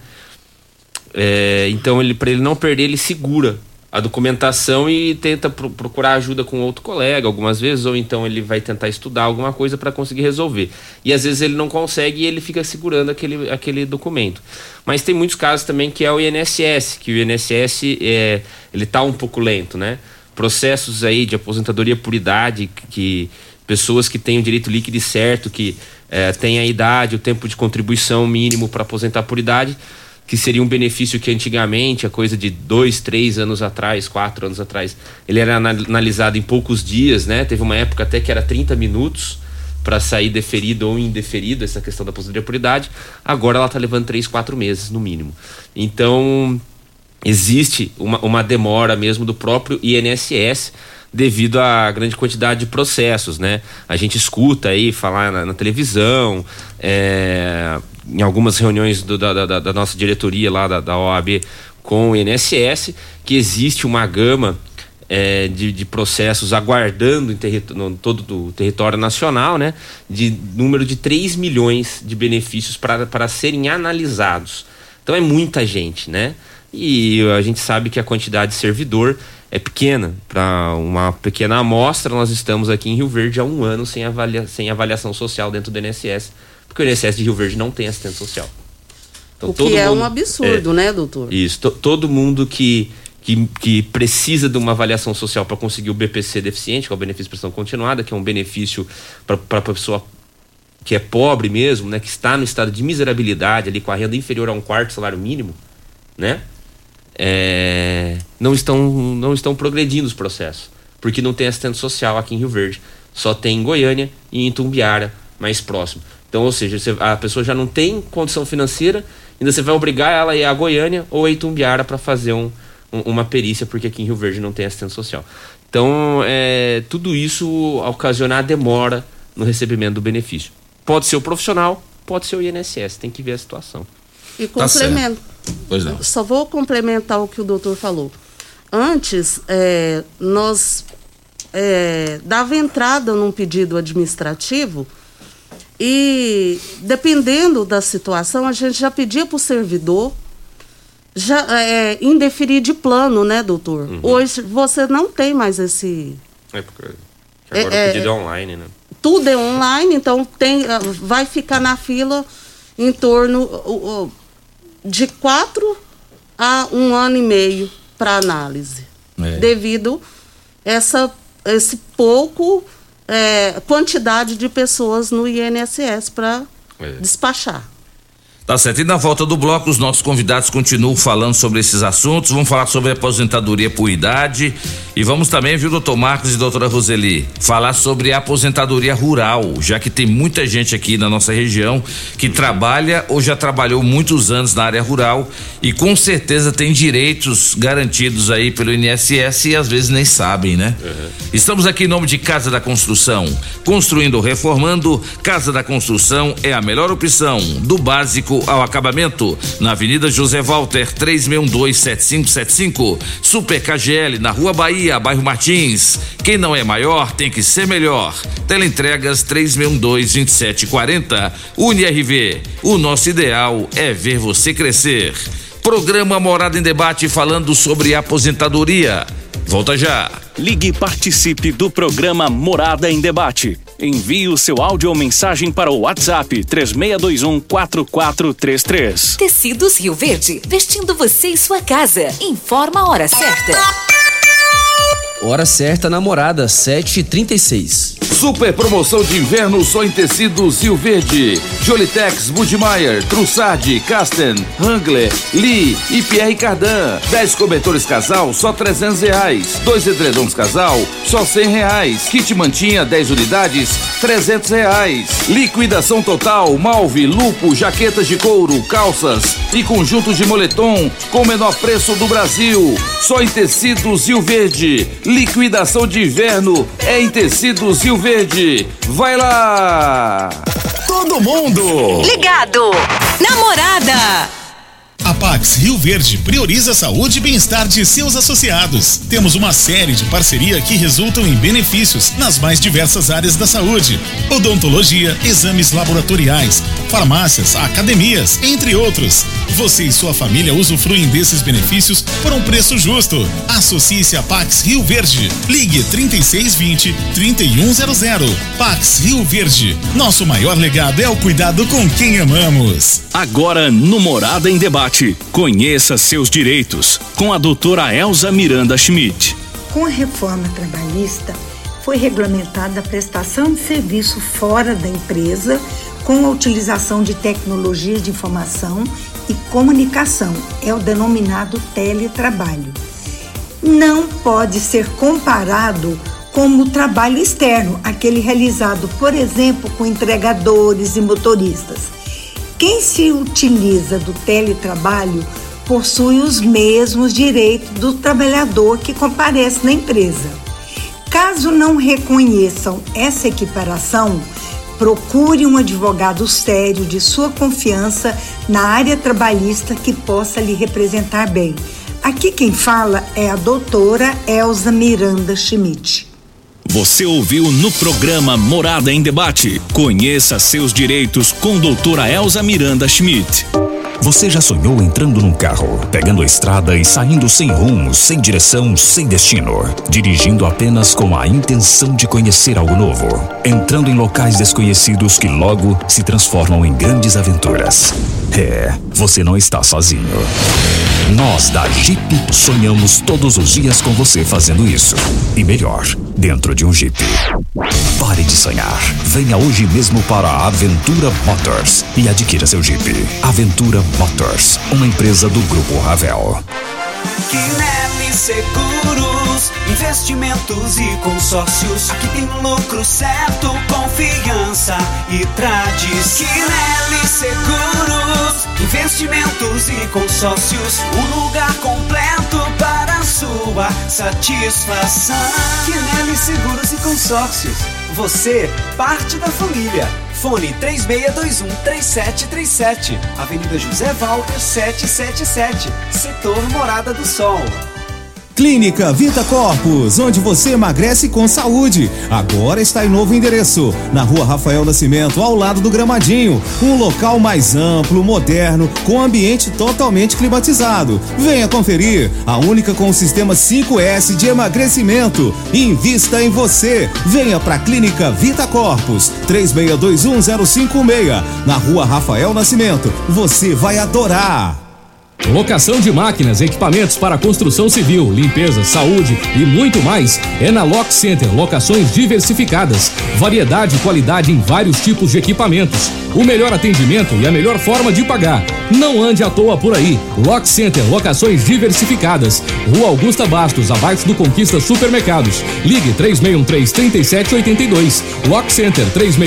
Então para ele não perder, ele segura a documentação e tenta procurar ajuda com outro colega algumas vezes, ou então ele vai tentar estudar alguma coisa para conseguir resolver. E às vezes ele não consegue e ele fica segurando aquele documento. Mas tem muitos casos também que é o INSS, que o INSS ele tá um pouco lento, né? Processos aí de aposentadoria por idade, que pessoas que têm o direito líquido e certo, que têm a idade, o tempo de contribuição mínimo para aposentar por idade, que seria um benefício que antigamente, a coisa de 2, 3 anos atrás, 4 anos atrás, ele era analisado em poucos dias, né? Teve uma época até que era 30 minutos para sair deferido ou indeferido essa questão da aposentadoria por idade. Agora ela está levando 3, 4 meses no mínimo. Então existe uma demora mesmo do próprio INSS devido à grande quantidade de processos, né? A gente escuta aí falar na televisão, em algumas reuniões da nossa diretoria lá da OAB com o INSS, que existe uma gama de processos aguardando em todo o território nacional, né? De número de 3 milhões de benefícios para serem analisados. Então é muita gente, né? E a gente sabe que a quantidade de servidor é pequena. Para uma pequena amostra, nós estamos aqui em Rio Verde há 1 ano sem avaliação social dentro do INSS, porque o INSS de Rio Verde não tem assistente social. Então, o que é um absurdo, né, doutor? Isso. Todo mundo que precisa de uma avaliação social para conseguir o BPC deficiente, que é o benefício de prestação continuada, que é um benefício para a pessoa que é pobre mesmo, né, que está no estado de miserabilidade, ali com a renda inferior a 1/4 do salário mínimo, né? Não estão progredindo os processos, porque não tem assistente social aqui em Rio Verde. Só tem em Goiânia e em Itumbiara, mais próximo. Então, ou seja, a pessoa já não tem condição financeira, ainda você vai obrigar ela a ir a Goiânia ou a Itumbiara para fazer uma perícia, porque aqui em Rio Verde não tem assistente social. Então, tudo isso ocasiona a demora no recebimento do benefício. Pode ser o profissional, pode ser o INSS, tem que ver a situação. E complemento. Pois não. Só vou complementar o que o doutor falou. Antes, nós dava entrada num pedido administrativo e, dependendo da situação, a gente já pedia para o servidor indeferir de plano, né, doutor? Uhum. Hoje você não tem mais esse... Porque agora o pedido é online, né? Tudo é online, então vai ficar na fila em torno de 4 a 1 ano e meio para análise, devido esse pouco quantidade de pessoas no INSS para despachar. Tá certo. E na volta do bloco, os nossos convidados continuam falando sobre esses assuntos. Vamos falar sobre a aposentadoria por idade e vamos também, viu, doutor Marcos e doutora Roseli, falar sobre a aposentadoria rural, já que tem muita gente aqui na nossa região que trabalha ou já trabalhou muitos anos na área rural e com certeza tem direitos garantidos aí pelo INSS e às vezes nem sabem, né? Uhum. Estamos aqui em nome de Casa da Construção. Construindo ou reformando, Casa da Construção é a melhor opção, do básico ao acabamento, na Avenida José Walter 3612-7575, Super KGL, na Rua Bahia, bairro Martins. Quem não é maior tem que ser melhor. Teleentregas 3612-2740. UniRV, o nosso ideal é ver você crescer. Programa Morada em Debate falando sobre aposentadoria. Volta já. Ligue e participe do programa Morada em Debate. Envie o seu áudio ou mensagem para o WhatsApp 3621-4433. Tecidos Rio Verde, vestindo você e sua casa. Informa a hora certa. Hora certa, namorada, 7h36. Super promoção de inverno só em tecidos Rio Verde. Jolitex, Budmeier, Trussardi, Kasten, Wrangler, Lee e Pierre Cardin. 10 cobertores casal, só R$300. 2 edredons casal, só R$100. Kit mantinha, 10 unidades, R$300. Liquidação total, Malve, Lupo, jaquetas de couro, calças e conjuntos de moletom com o menor preço do Brasil. Só em tecidos Rio Verde. Liquidação de inverno é em tecidos Rio Verde. Vai lá! Todo mundo Ligado! Namorada! A Pax Rio Verde prioriza a saúde e bem-estar de seus associados. Temos uma série de parceria que resultam em benefícios nas mais diversas áreas da saúde: odontologia, exames laboratoriais, farmácias, academias, entre outros. Você e sua família usufruem desses benefícios por um preço justo. Associe-se a Pax Rio Verde. Ligue 3620-3100. Pax Rio Verde. Nosso maior legado é o cuidado com quem amamos. Agora no Morada em Debate, conheça seus direitos com a doutora Elza Miranda Schmidt. Com a reforma trabalhista, foi regulamentada a prestação de serviço fora da empresa com a utilização de tecnologias de informação e comunicação, é o denominado teletrabalho. Não pode ser comparado com o trabalho externo, aquele realizado, por exemplo, com entregadores e motoristas. Quem se utiliza do teletrabalho possui os mesmos direitos do trabalhador que comparece na empresa. Caso não reconheçam essa equiparação, procure um advogado sério de sua confiança na área trabalhista que possa lhe representar bem. Aqui quem fala é a doutora Elza Miranda Schmidt. Você ouviu no programa Morada em Debate. Conheça seus direitos com doutora Elza Miranda Schmidt. Você já sonhou entrando num carro, pegando a estrada e saindo sem rumo, sem direção, sem destino, dirigindo apenas com a intenção de conhecer algo novo, entrando em locais desconhecidos que logo se transformam em grandes aventuras? Você não está sozinho. Nós da Jeep sonhamos todos os dias com você fazendo isso. E melhor, dentro de um Jeep. Pare de sonhar. Venha hoje mesmo para a Aventura Motors e adquira seu Jeep. Aventura Motors, uma empresa do Grupo Ravel. Quinelli Seguros, investimentos e consórcios. Aqui tem lucro certo, confiança e tradição. Quinelli Seguros, investimentos e consórcios. Um lugar completo para a sua satisfação. Quinelli Seguros e Consórcios. Você, parte da família. Fone 3621-3737. Avenida José Walter 777. Setor Morada do Sol. Clínica Vita Corpus, onde você emagrece com saúde. Agora está em novo endereço, na Rua Rafael Nascimento, ao lado do Gramadinho. Um local mais amplo, moderno, com ambiente totalmente climatizado. Venha conferir, a única com o sistema 5S de emagrecimento. Invista em você. Venha para a Clínica Vita Corpus, 3621-056, na Rua Rafael Nascimento. Você vai adorar. Locação de máquinas, equipamentos para construção civil, limpeza, saúde e muito mais é na Lock Center. Locações diversificadas, variedade e qualidade em vários tipos de equipamentos, o melhor atendimento e a melhor forma de pagar. Não ande à toa por aí. Lock Center, locações diversificadas. Rua Augusta Bastos, abaixo do Conquista Supermercados. Ligue 3613-3782. Lock Center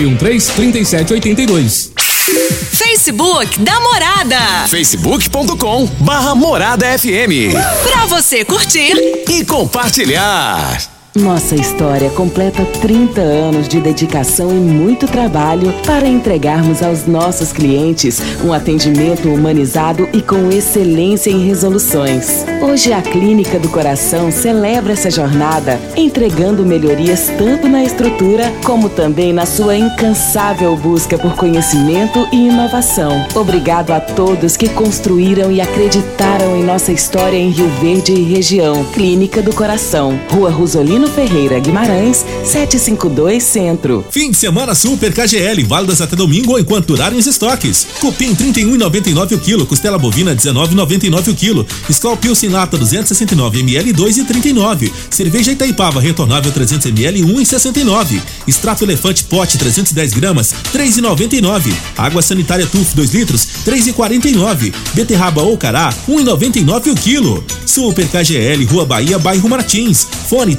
3613-3782. Facebook da Morada. Facebook.com/Morada FM. Pra você curtir e compartilhar. Nossa história completa 30 anos de dedicação e muito trabalho para entregarmos aos nossos clientes um atendimento humanizado e com excelência em resoluções. Hoje a Clínica do Coração celebra essa jornada, entregando melhorias tanto na estrutura como também na sua incansável busca por conhecimento e inovação. Obrigado a todos que construíram e acreditaram em nossa história em Rio Verde e região. Clínica do Coração, Rua Rosolino Ferreira Guimarães, 752 Centro. Fim de semana Super KGL, válidas até domingo ou enquanto durarem os estoques. Cupim 31,99 o quilo, costela bovina 19,99 o quilo, Skol Pilsen Lata 269 ml 2,39, cerveja Itaipava retornável 300 ml 1,69, extrato elefante pote 310 gramas 3,99, água sanitária Tuf 2 litros 3,49, beterraba ou cará 1,99 o quilo. Super KGL, Rua Bahia, bairro Martins, fone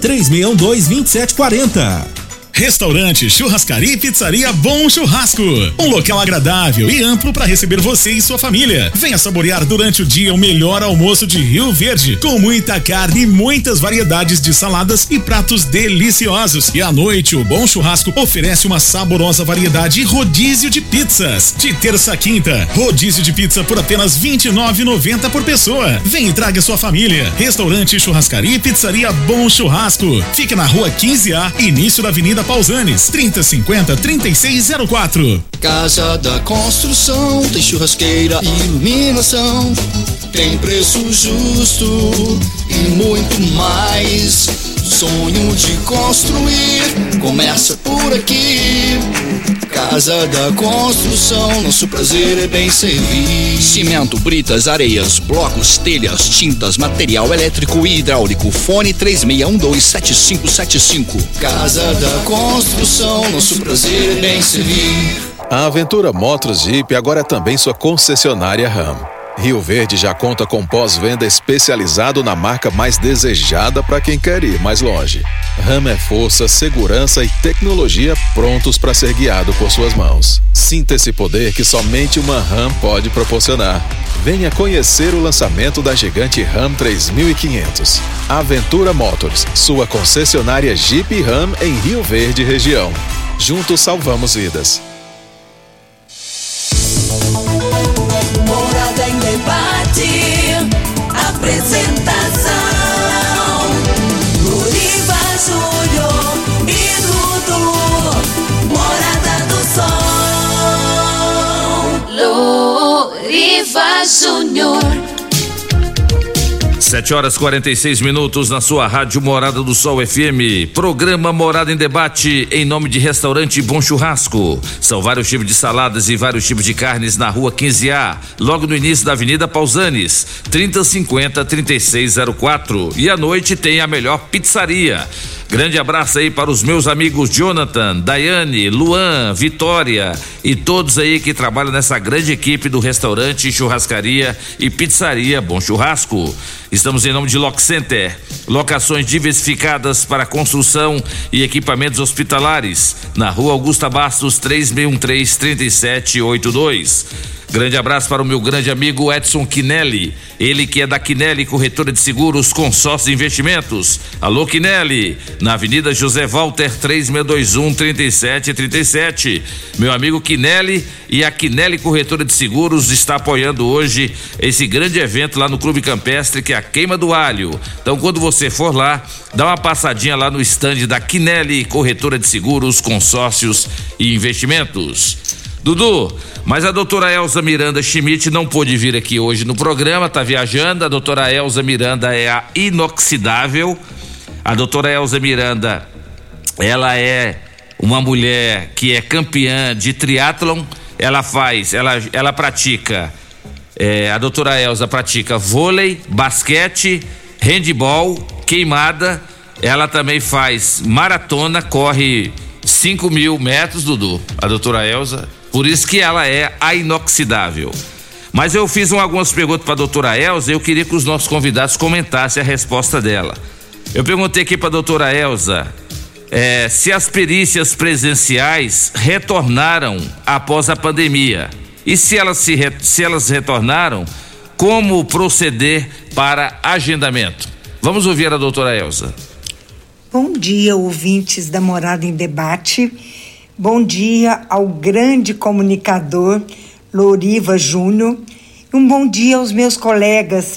3662-2740. Restaurante, churrascaria e pizzaria Bom Churrasco. Um local agradável e amplo para receber você e sua família. Venha saborear durante o dia o melhor almoço de Rio Verde, com muita carne e muitas variedades de saladas e pratos deliciosos. E à noite, o Bom Churrasco oferece uma saborosa variedade e rodízio de pizzas. De terça a quinta, rodízio de pizza por apenas R$29,90 por pessoa. Venha e traga sua família. Restaurante, churrascaria e pizzaria Bom Churrasco. Fica na Rua 15A, início da Avenida Pausanes, 3050-3604. Casa da Construção, tem churrasqueira, iluminação, tem preço justo e muito mais. Sonho de construir começa por aqui. Casa da Construção, nosso prazer é bem servir. Cimento, britas, areias, blocos, telhas, tintas, material elétrico e hidráulico. Fone 3612-7575. Casa da Construção, nosso prazer é bem servir. A Aventura Motos Jeep agora é também sua concessionária RAM. Rio Verde já conta com pós-venda especializado na marca mais desejada para quem quer ir mais longe. RAM é força, segurança e tecnologia prontos para ser guiado por suas mãos. Sinta esse poder que somente uma RAM pode proporcionar. Venha conhecer o lançamento da gigante RAM 3500. Aventura Motors, sua concessionária Jeep e RAM em Rio Verde região. Juntos salvamos vidas. Morada em debate, apresentação, Luriva Júnior e Dudu, Morada do Sol, Luriva Júnior. 7h46 na sua rádio Morada do Sol FM. Programa Morada em Debate em nome de Restaurante Bom Churrasco. São vários tipos de saladas e vários tipos de carnes na Rua 15A, logo no início da Avenida Pausanes, 3050-3604. E à noite tem a melhor pizzaria. Grande abraço aí para os meus amigos Jonathan, Daiane, Luan, Vitória e todos aí que trabalham nessa grande equipe do restaurante, churrascaria e pizzaria Bom Churrasco. Estamos em nome de Lock Center, locações diversificadas para construção e equipamentos hospitalares, na Rua Augusta Bastos, 3613-3782. Grande abraço para o meu grande amigo Edson Quinelli, ele que é da Quinelli Corretora de Seguros, Consórcios e Investimentos. Alô Quinelli, na Avenida José Walter 3621-3737. Meu amigo Quinelli e a Quinelli Corretora de Seguros está apoiando hoje esse grande evento lá no Clube Campestre, que é a Queima do Alho. Então quando você for lá, dá uma passadinha lá no estande da Quinelli Corretora de Seguros, Consórcios e Investimentos. Dudu, mas a doutora Elza Miranda Schmidt não pôde vir aqui hoje no programa, tá viajando. A doutora Elza Miranda é a inoxidável. A doutora Elza Miranda, ela é uma mulher que é campeã de triatlon. Ela pratica, a doutora Elza pratica vôlei, basquete, handebol, queimada. Ela também faz maratona, corre 5.000 metros, Dudu, a doutora Elza. Por isso que ela é a inoxidável. Mas eu fiz algumas perguntas para a doutora Elza e eu queria que os nossos convidados comentassem a resposta dela. Eu perguntei aqui para a doutora Elza se as perícias presenciais retornaram após a pandemia. E se elas retornaram, como proceder para agendamento? Vamos ouvir a doutora Elza. Bom dia, ouvintes da Morada em Debate. Bom dia ao grande comunicador Loriva Júnior. Um bom dia aos meus colegas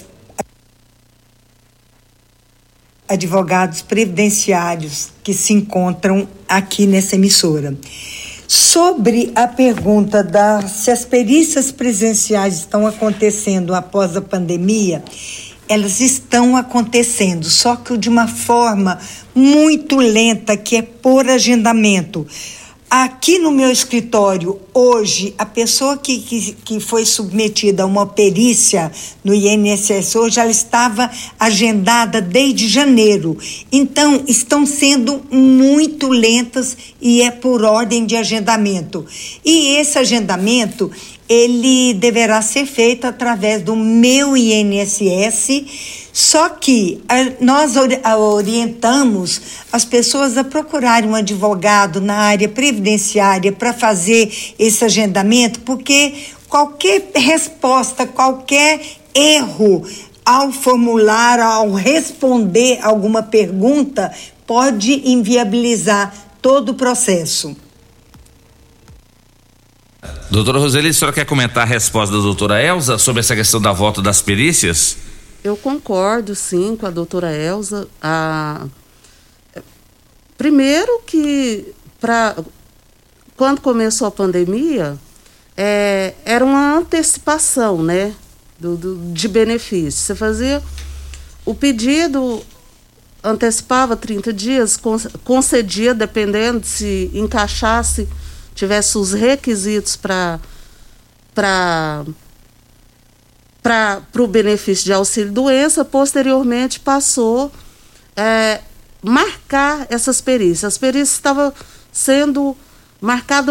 advogados previdenciários que se encontram aqui nessa emissora. Sobre a pergunta se as perícias presenciais estão acontecendo após a pandemia, elas estão acontecendo, só que de uma forma muito lenta, que é por agendamento. Aqui no meu escritório, hoje, a pessoa que foi submetida a uma perícia no INSS, hoje ela estava agendada desde janeiro. Então, estão sendo muito lentas e é por ordem de agendamento. E esse agendamento, ele deverá ser feito através do meu INSS, só que nós orientamos as pessoas a procurarem um advogado na área previdenciária para fazer esse agendamento, porque qualquer resposta, qualquer erro ao formular, ao responder alguma pergunta, pode inviabilizar todo o processo. Doutora Roseli, a senhora quer comentar a resposta da doutora Elza sobre essa questão da volta das perícias? Eu concordo, sim, com a doutora Elza. Primeiro que, quando começou a pandemia, era uma antecipação, né, de benefício. Você fazia o pedido, antecipava 30 dias, concedia, dependendo se encaixasse, tivesse os requisitos para o benefício de auxílio-doença. Posteriormente passou marcar essas perícias. As perícias estavam sendo marcadas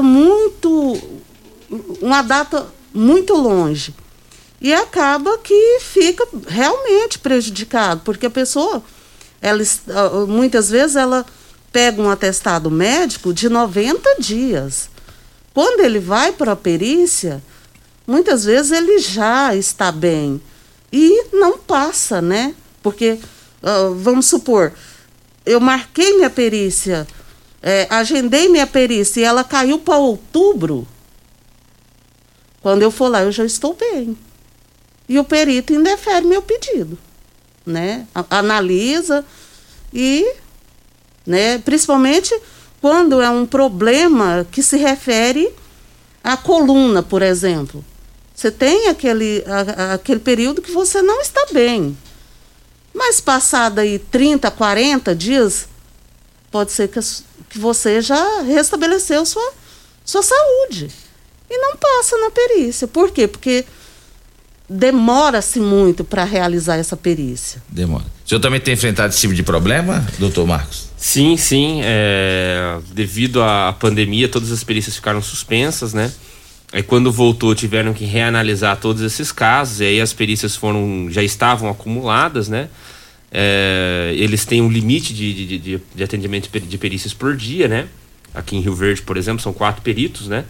uma data muito longe. E acaba que fica realmente prejudicado, porque a pessoa, muitas vezes, ela pega um atestado médico de 90 dias. Quando ele vai para a perícia, muitas vezes ele já está bem e não passa, né? Porque, vamos supor, eu marquei minha perícia, agendei minha perícia e ela caiu para outubro. Quando eu for lá, eu já estou bem. E o perito indefere meu pedido, né? Analisa e, né, principalmente quando é um problema que se refere à coluna, por exemplo. Você tem aquele período que você não está bem. Mas passado aí 30, 40 dias, pode ser que você já restabeleceu sua saúde. E não passa na perícia. Por quê? Porque demora-se muito para realizar essa perícia. Demora. O senhor também tem enfrentado esse tipo de problema, doutor Marcos? Sim. Devido à pandemia, todas as perícias ficaram suspensas, né? Aí quando voltou, tiveram que reanalisar todos esses casos, e aí as perícias já estavam acumuladas, né? Eles têm um limite de atendimento de perícias por dia, né? Aqui em Rio Verde, por exemplo, são 4 peritos, né?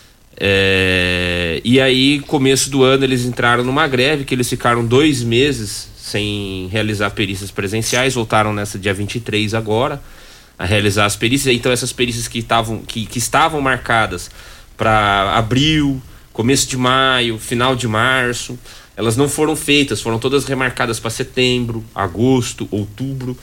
E aí, começo do ano, eles entraram numa greve, que eles ficaram 2 meses sem realizar perícias presenciais, voltaram nessa dia 23 agora a realizar as perícias. Então essas perícias que estavam marcadas para abril, começo de maio, final de março, elas não foram feitas, foram todas remarcadas para setembro, agosto, outubro.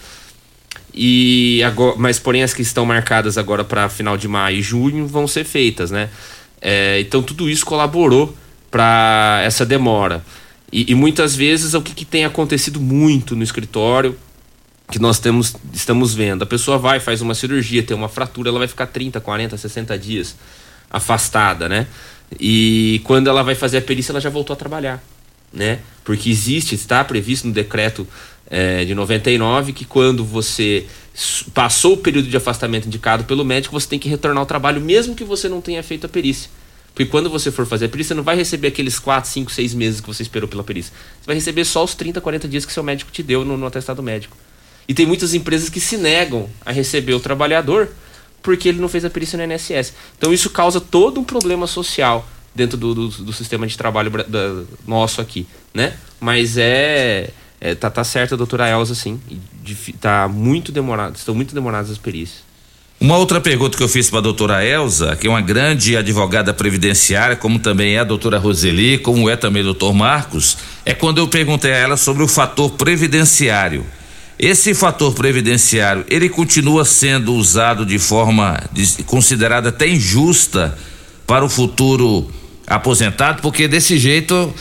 Mas porém as que estão marcadas agora para final de maio e junho vão ser feitas, né? Então tudo isso colaborou para essa demora. E muitas vezes o que tem acontecido muito no escritório, que nós estamos vendo, a pessoa faz uma cirurgia, tem uma fratura, ela vai ficar 30, 40, 60 dias afastada, né? E quando ela vai fazer a perícia, ela já voltou a trabalhar, né? Porque está previsto no decreto de 99 que quando você passou o período de afastamento indicado pelo médico, você tem que retornar ao trabalho mesmo que você não tenha feito a perícia. Porque quando você for fazer a perícia, você não vai receber aqueles 4, 5, 6 meses que você esperou pela perícia. Você vai receber só os 30, 40 dias que seu médico te deu no atestado médico. E tem muitas empresas que se negam a receber o trabalhador porque ele não fez a perícia no INSS. Então isso causa todo um problema social dentro do sistema de trabalho nosso aqui, né? Mas é Tá certa a doutora Elza, sim. Tá muito demorado, estão muito demoradas as perícias. Uma outra pergunta que eu fiz para a doutora Elza, que é uma grande advogada previdenciária, como também é a doutora Roseli, como é também o doutor Marcos, é quando eu perguntei a ela sobre o fator previdenciário. Esse fator previdenciário, ele continua sendo usado de forma considerada até injusta para o futuro aposentado, porque desse jeito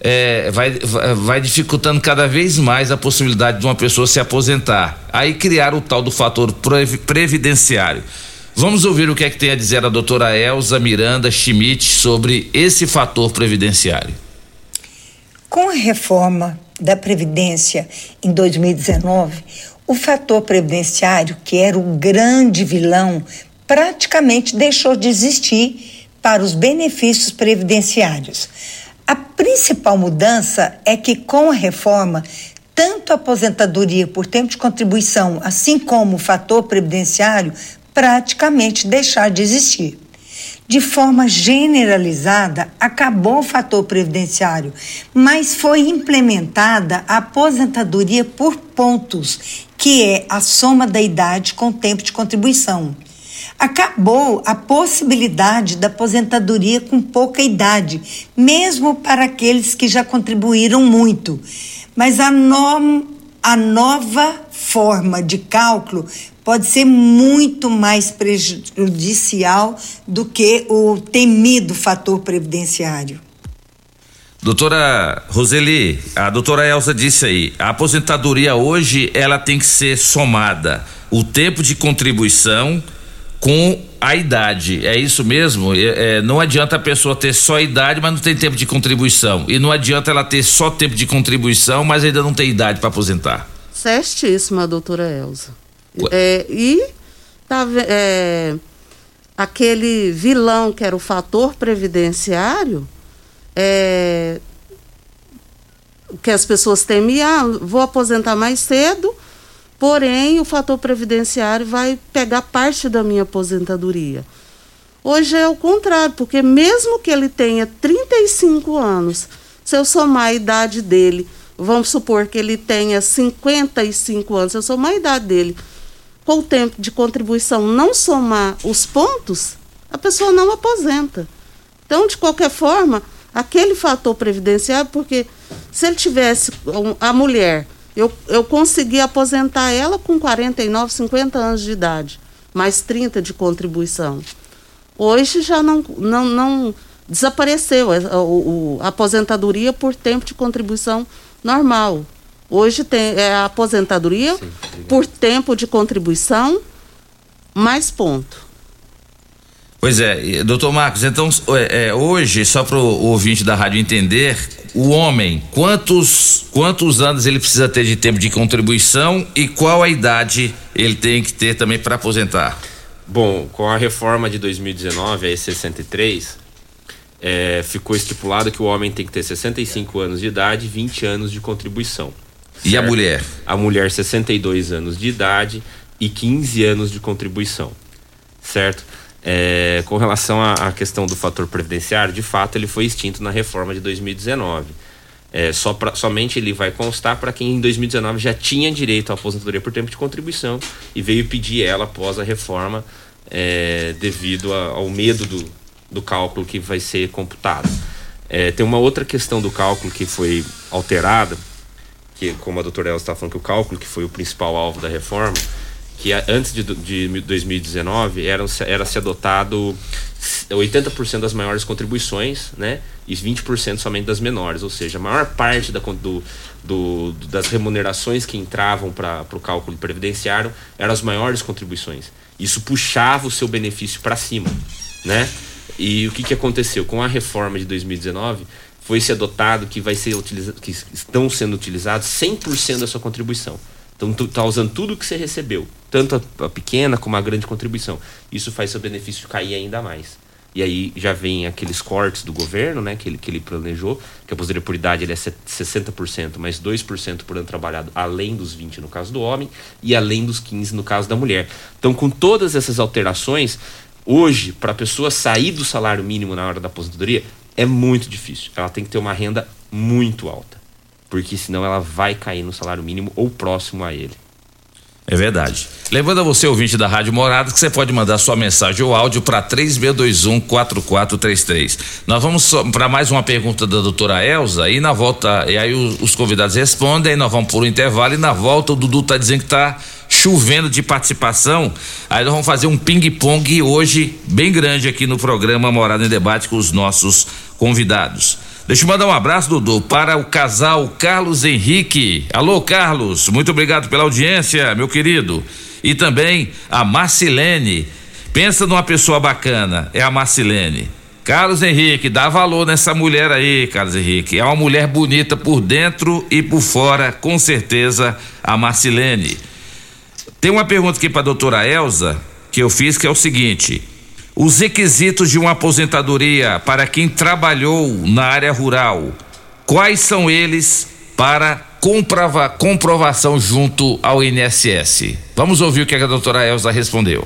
vai dificultando cada vez mais a possibilidade de uma pessoa se aposentar. Aí criaram o tal do fator previdenciário. Vamos ouvir o que é que tem a dizer a doutora Elza Miranda Schmidt sobre esse fator previdenciário. Com a reforma da Previdência em 2019, o fator previdenciário, que era o grande vilão, praticamente deixou de existir para os benefícios previdenciários. A principal mudança é que, com a reforma, tanto a aposentadoria por tempo de contribuição, assim como o fator previdenciário, praticamente deixaram de existir. De forma generalizada, acabou o fator previdenciário, mas foi implementada a aposentadoria por pontos, que é a soma da idade com o tempo de contribuição. Acabou a possibilidade da aposentadoria com pouca idade, mesmo para aqueles que já contribuíram muito. Mas a nova forma de cálculo pode ser muito mais prejudicial do que o temido fator previdenciário. Doutora Roseli, a doutora Elza disse aí, a aposentadoria hoje ela tem que ser somada o tempo de contribuição com a idade, é isso mesmo? Não adianta a pessoa ter só a idade, mas não tem tempo de contribuição, e não adianta ela ter só tempo de contribuição, mas ainda não tem idade para aposentar. Certíssima, doutora Elza. Aquele vilão que era o fator previdenciário, que as pessoas temiam, vou aposentar mais cedo, porém o fator previdenciário vai pegar parte da minha aposentadoria. Hoje é o contrário, porque mesmo que ele tenha 35 anos, se eu somar a idade dele, vamos supor que ele tenha 55 anos, se eu somar a idade dele com o tempo de contribuição, não somar os pontos, a pessoa não aposenta. Então, de qualquer forma, aquele fator previdenciário, porque se ele tivesse, a mulher, eu consegui aposentar ela com 49, 50 anos de idade, mais 30 de contribuição. Hoje já não desapareceu a aposentadoria por tempo de contribuição normal. Hoje tem a aposentadoria por tempo de contribuição mais ponto. Pois é, doutor Marcos, então hoje, só para o ouvinte da rádio entender, o homem, quantos anos ele precisa ter de tempo de contribuição e qual a idade ele tem que ter também para aposentar? Bom, com a reforma de 2019, a E63, ficou estipulado que o homem tem que ter 65 anos de idade e 20 anos de contribuição. E certo? A mulher? A mulher, 62 anos de idade e 15 anos de contribuição, certo? Com relação à questão do fator previdenciário, de fato ele foi extinto na reforma de 2019. Somente ele vai constar para quem em 2019 já tinha direito à aposentadoria por tempo de contribuição e veio pedir ela após a reforma, devido ao medo do cálculo que vai ser computado. Tem uma outra questão do cálculo que foi alterada, que, como a doutora Elza está falando, que o cálculo que foi o principal alvo da reforma, que antes de 2019 era-se adotado 80% das maiores contribuições, né, e 20% somente das menores, ou seja, a maior parte das remunerações que entravam para o cálculo previdenciário eram as maiores contribuições. Isso puxava o seu benefício para cima, né? E o que aconteceu? Com a reforma de 2019, foi-se adotado que que estão sendo utilizados 100% da sua contribuição. Então, tu tá usando tudo que você recebeu, tanto a pequena como a grande contribuição. Isso faz seu benefício cair ainda mais. E aí já vem aqueles cortes do governo, né, que ele planejou, que a aposentadoria por idade ele é 60%, mais 2% por ano trabalhado, além dos 20% no caso do homem, e além dos 15% no caso da mulher. Então, com todas essas alterações, hoje, para a pessoa sair do salário mínimo na hora da aposentadoria, é muito difícil. Ela tem que ter uma renda muito alta. porque senão ela vai cair no salário mínimo ou próximo a ele. É verdade. Lembrando a você, ouvinte da Rádio Morada, que você pode mandar sua mensagem ou áudio para 3621-4433. Nós vamos para mais uma pergunta da doutora Elza e na volta, e aí os convidados respondem, aí nós vamos por um intervalo e na volta o Dudu tá dizendo que tá chovendo de participação, aí nós vamos fazer um ping-pong hoje bem grande aqui no programa Morada em Debate com os nossos convidados. Deixa eu mandar um abraço, Dudu, para o casal Carlos Henrique. Alô, Carlos, muito obrigado pela audiência, meu querido. E também a Marcilene. Pensa numa pessoa bacana, é a Marcilene. Carlos Henrique, dá valor nessa mulher aí, Carlos Henrique. É uma mulher bonita por dentro e por fora, com certeza, a Marcilene. Tem uma pergunta aqui para a doutora Elza, que eu fiz, que é o seguinte: os requisitos de uma aposentadoria para quem trabalhou na área rural, quais são eles para comprovação junto ao INSS? Vamos ouvir o que a doutora Elza respondeu.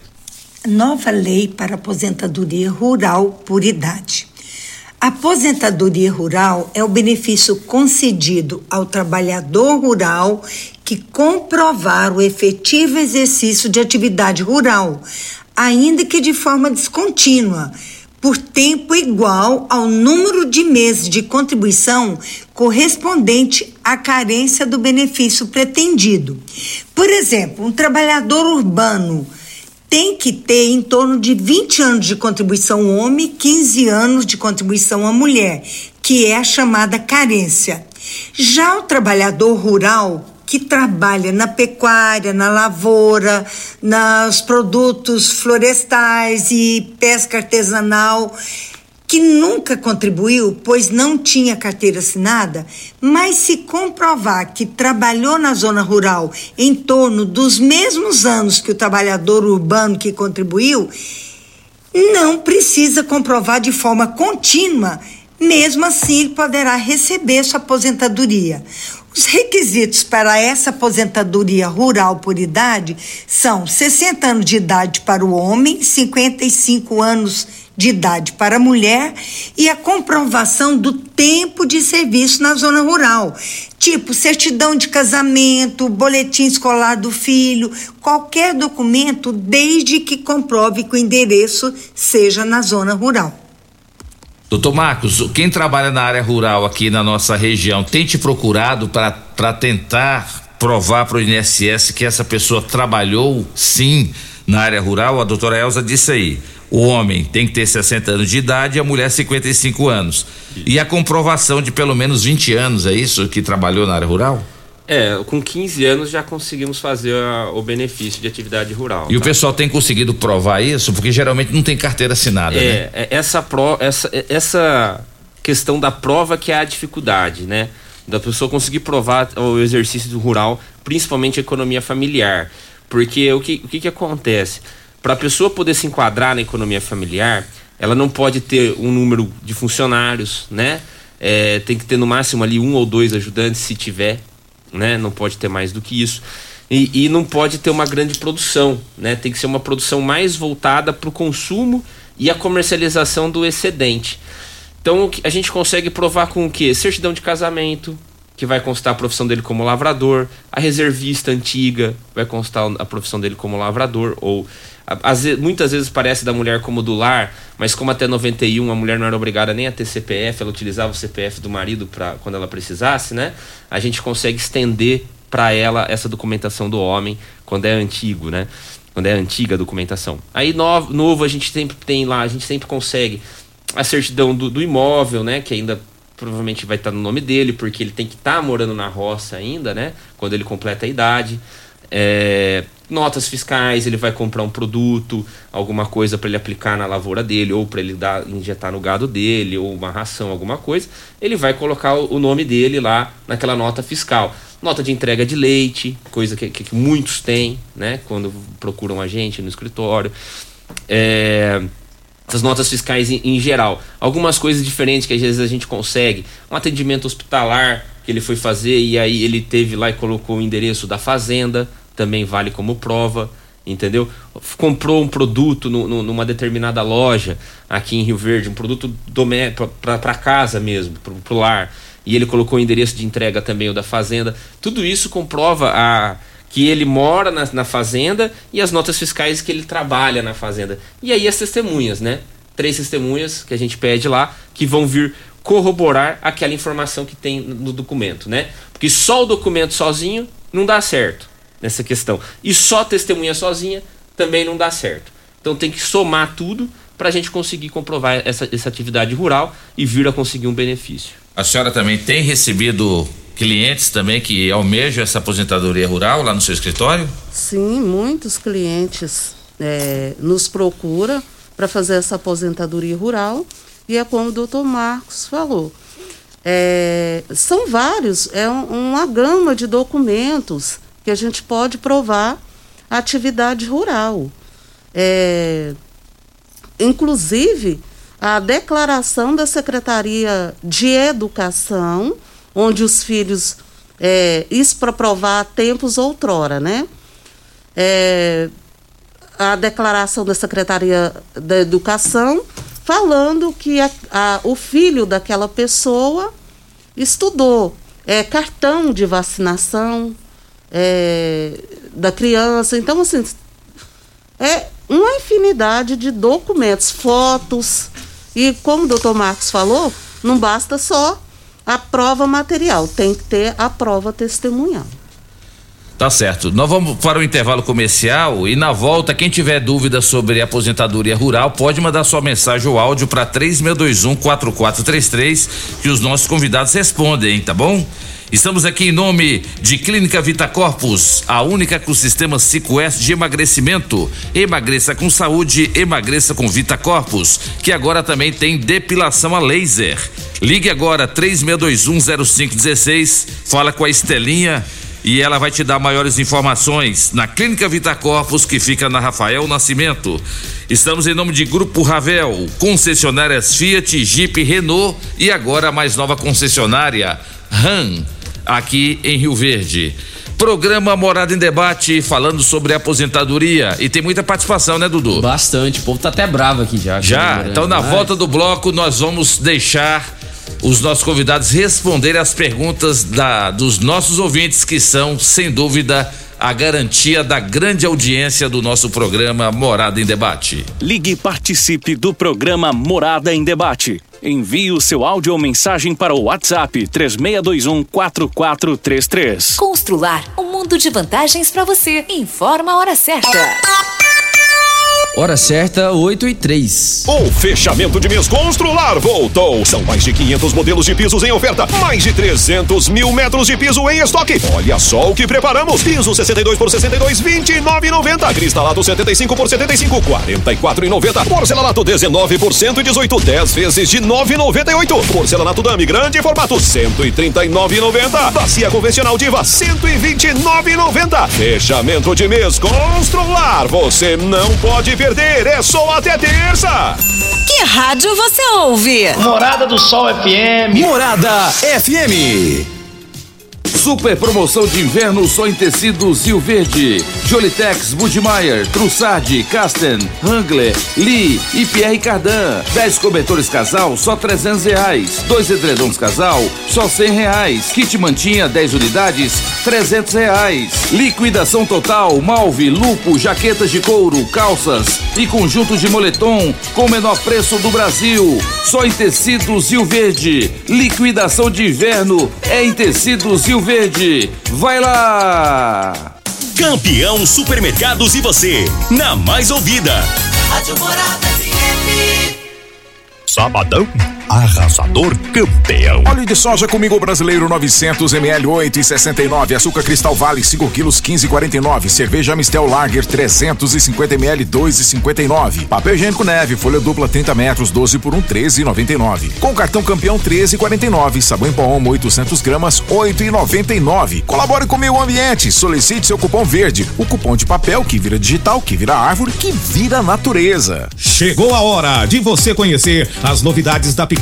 Nova lei para aposentadoria rural por idade. A aposentadoria rural é o benefício concedido ao trabalhador rural que comprovar o efetivo exercício de atividade rural, ainda que de forma descontínua, por tempo igual ao número de meses de contribuição correspondente à carência do benefício pretendido. Por exemplo, um trabalhador urbano tem que ter em torno de 20 anos de contribuição homem e 15 anos de contribuição a mulher, que é a chamada carência. Já o trabalhador rural que trabalha na pecuária, na lavoura, nos produtos florestais e pesca artesanal, que nunca contribuiu, pois não tinha carteira assinada, mas se comprovar que trabalhou na zona rural em torno dos mesmos anos que o trabalhador urbano que contribuiu, não precisa comprovar de forma contínua, mesmo assim ele poderá receber sua aposentadoria. Os requisitos para essa aposentadoria rural por idade são 60 anos de idade para o homem, 55 anos de idade para a mulher e a comprovação do tempo de serviço na zona rural, tipo certidão de casamento, boletim escolar do filho, qualquer documento desde que comprove que o endereço seja na zona rural. Doutor Marcos, quem trabalha na área rural aqui na nossa região tem te procurado para tentar provar para o INSS que essa pessoa trabalhou sim na área rural? A doutora Elza disse aí, o homem tem que ter 60 anos de idade e a mulher 55 anos. E a comprovação de pelo menos 20 anos, é isso, que trabalhou na área rural? Com 15 anos já conseguimos fazer o benefício de atividade rural. E o pessoal tem conseguido provar isso? Porque geralmente não tem carteira assinada, né? Essa questão da prova que é a dificuldade, né? Da pessoa conseguir provar o exercício do rural, principalmente a economia familiar. Porque o que acontece? Para a pessoa poder se enquadrar na economia familiar, ela não pode ter um número de funcionários, né? Tem que ter no máximo ali 1 ou 2 ajudantes, se tiver, né? Não pode ter mais do que isso. E não pode ter uma grande produção, né? Tem que ser uma produção mais voltada para o consumo e a comercialização do excedente. Então a gente consegue provar com o quê? Certidão de casamento, que vai constar a profissão dele como lavrador, a reservista antiga vai constar a profissão dele como lavrador, ou muitas vezes parece da mulher como do lar, mas como até 91 a mulher não era obrigada nem a ter CPF, ela utilizava o CPF do marido quando ela precisasse, né? A gente consegue estender para ela essa documentação do homem quando é antigo, né? Quando é antiga a documentação. Aí novo a gente sempre tem lá, a gente sempre consegue a certidão do imóvel, né? Que ainda provavelmente vai estar no nome dele, porque ele tem que estar morando na roça ainda, né? Quando ele completa a idade. Notas fiscais, ele vai comprar um produto, alguma coisa para ele aplicar na lavoura dele, ou para ele injetar no gado dele, ou uma ração, alguma coisa, ele vai colocar o nome dele lá naquela nota fiscal. Nota de entrega de leite, coisa que muitos têm, né? Quando procuram a gente no escritório. Essas notas fiscais em geral. Algumas coisas diferentes que às vezes a gente consegue. Um atendimento hospitalar que ele foi fazer e aí ele teve lá e colocou o endereço da fazenda, também vale como prova, entendeu? Comprou um produto numa determinada loja aqui em Rio Verde, um produto para casa mesmo, pro lar. e ele colocou o endereço de entrega também, o da fazenda. Tudo isso comprova que ele mora na fazenda e as notas fiscais que ele trabalha na fazenda. E aí as testemunhas, né? 3 testemunhas que a gente pede lá, que vão vir corroborar aquela informação que tem no documento, né? Porque só o documento sozinho não dá certo nessa questão. E só testemunha sozinha também não dá certo. Então tem que somar tudo para a gente conseguir comprovar essa atividade rural e vir a conseguir um benefício. A senhora também tem recebido clientes também que almejam essa aposentadoria rural lá no seu escritório? Sim, muitos clientes nos procuram para fazer essa aposentadoria rural, e é como o doutor Marcos falou. São vários, uma gama de documentos que a gente pode provar a atividade rural. Inclusive, a declaração da Secretaria de Educação, onde os filhos, isso para provar tempos outrora, né? A declaração da Secretaria da Educação falando que o filho daquela pessoa estudou, cartão de vacinação da criança. Então, assim, uma infinidade de documentos, fotos, e como o doutor Marcos falou, não basta só a prova material, tem que ter a prova testemunhal. Tá certo. Nós vamos para o intervalo comercial e na volta, quem tiver dúvida sobre aposentadoria rural, pode mandar sua mensagem ou áudio para 3621-4433 que os nossos convidados respondem, tá bom? Estamos aqui em nome de Clínica Vita Corpus, a única com o sistema 5S de emagrecimento. Emagreça com saúde, emagreça com Vita Corpus, que agora também tem depilação a laser. Ligue agora 3621-0516, fala com a Estelinha e ela vai te dar maiores informações na Clínica Vita Corpus, que fica na Rafael Nascimento. Estamos em nome de Grupo Ravel, concessionárias Fiat, Jeep, Renault e agora a mais nova concessionária RAM, aqui em Rio Verde. Programa Morada em Debate, falando sobre aposentadoria, e tem muita participação, né, Dudu? Bastante, o povo tá até bravo aqui já. Então na volta do bloco nós vamos deixar os nossos convidados responderem as perguntas dos nossos ouvintes, que são, sem dúvida, a garantia da grande audiência do nosso programa Morada em Debate. Ligue e participe do programa Morada em Debate. Envie o seu áudio ou mensagem para o WhatsApp 3621-4433. Constrular um mundo de vantagens para você. Informa a hora certa. Hora certa, 8h03. O fechamento de mês Constrular voltou. São mais de 500 modelos de pisos em oferta. Mais de 300 mil metros de piso em estoque. Olha só o que preparamos. Piso 62 por 62, R$29,90. Cristalato 75 por 75, R$44,90. Porcelanato 19 por 118, 10 vezes de R$9,98. Porcelanato Dame grande formato, R$139,90. Bacia convencional Diva, R$129,90. Fechamento de mês Constrular. Você não pode perder, é só até terça. Que rádio você ouve? Morada do Sol FM. Morada FM. Super promoção de inverno só em tecidos Rio Verde. Jolitex, Budmeier, Trussardi, Kasten, Wrangler, Lee e Pierre Cardin. 10 cobertores casal, só R$300. 2 edredons casal, só R$100. Kit mantinha, 10 unidades, R$300. Liquidação total, Malve, Lupo, jaquetas de couro, calças e conjuntos de moletom com o menor preço do Brasil. Só em tecidos Rio Verde. Liquidação de inverno é em tecidos Rio Verde. Vai lá! Campeão Supermercados e você, na mais ouvida. Rádio Morada FM. Sabadão arrasador campeão. Óleo de soja comigo brasileiro 900 ml 8,69. Açúcar Cristal Vale 5 quilos 15,49. Cerveja Mistel Lager 350 ml 2,59. Papel higiênico Neve folha dupla 30 metros 12 por 1 13,99. Com cartão campeão 13,49. Sabão em pó Omo 800 gramas 8,99. Colabore com o meio ambiente. Solicite seu cupom verde. O cupom de papel que vira digital, que vira árvore, que vira natureza. Chegou a hora de você conhecer as novidades da Picap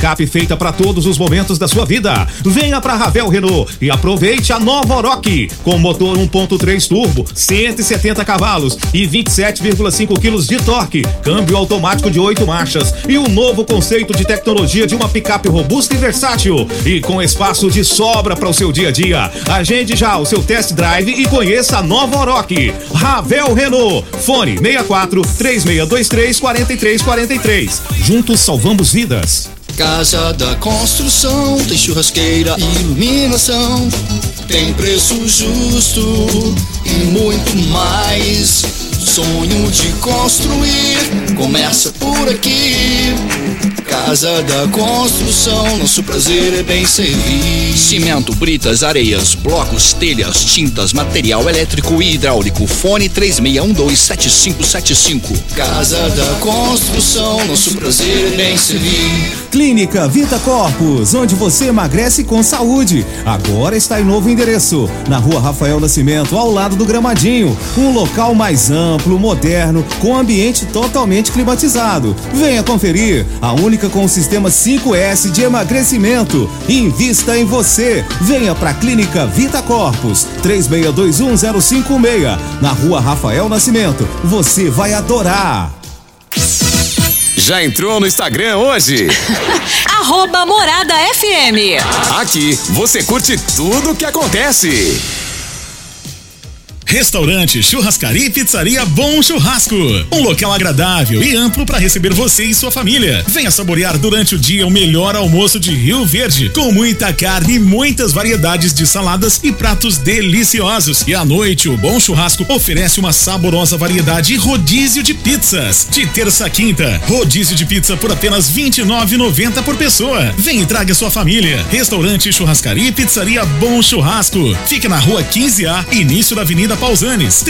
picape feita para todos os momentos da sua vida. Venha para Ravel Renault e aproveite a nova Oroch, com motor 1.3 turbo, 170 cavalos e 27,5 quilos de torque, câmbio automático de 8 marchas e um novo conceito de tecnologia de uma picape robusta e versátil e com espaço de sobra para o seu dia a dia. Agende já o seu test drive e conheça a nova Oroch. Ravel Renault. Fone 64 3623 4343. Juntos salvamos vidas. Casa da Construção tem churrasqueira e iluminação, tem preço justo e muito mais. Sonho de construir começa por aqui. Casa da Construção, nosso prazer é bem servir. Cimento, britas, areias, blocos, telhas, tintas, material elétrico e hidráulico. Fone 3612-7575. Casa da Construção, nosso prazer é bem servir. Clínica Vita Corpus, onde você emagrece com saúde. Agora está em novo endereço, na Rua Rafael Nascimento, ao lado do Gramadinho. Um local mais amplo, moderno, com ambiente totalmente climatizado. Venha conferir, a única com o sistema 5S de emagrecimento. Invista em você. Venha para a Clínica Vita Corpus, 3621-056, na Rua Rafael Nascimento. Você vai adorar. Já entrou no Instagram hoje? @Morada FM. Aqui você curte tudo o que acontece. Restaurante, churrascaria e pizzaria Bom Churrasco. Um local agradável e amplo para receber você e sua família. Venha saborear durante o dia o melhor almoço de Rio Verde, com muita carne e muitas variedades de saladas e pratos deliciosos. E à noite, o Bom Churrasco oferece uma saborosa variedade e rodízio de pizzas. De terça a quinta, rodízio de pizza por apenas R$ 29,90 por pessoa. Vem e traga sua família. Restaurante, churrascaria e pizzaria Bom Churrasco. Fica na Rua 15A, início da Avenida Pausanes,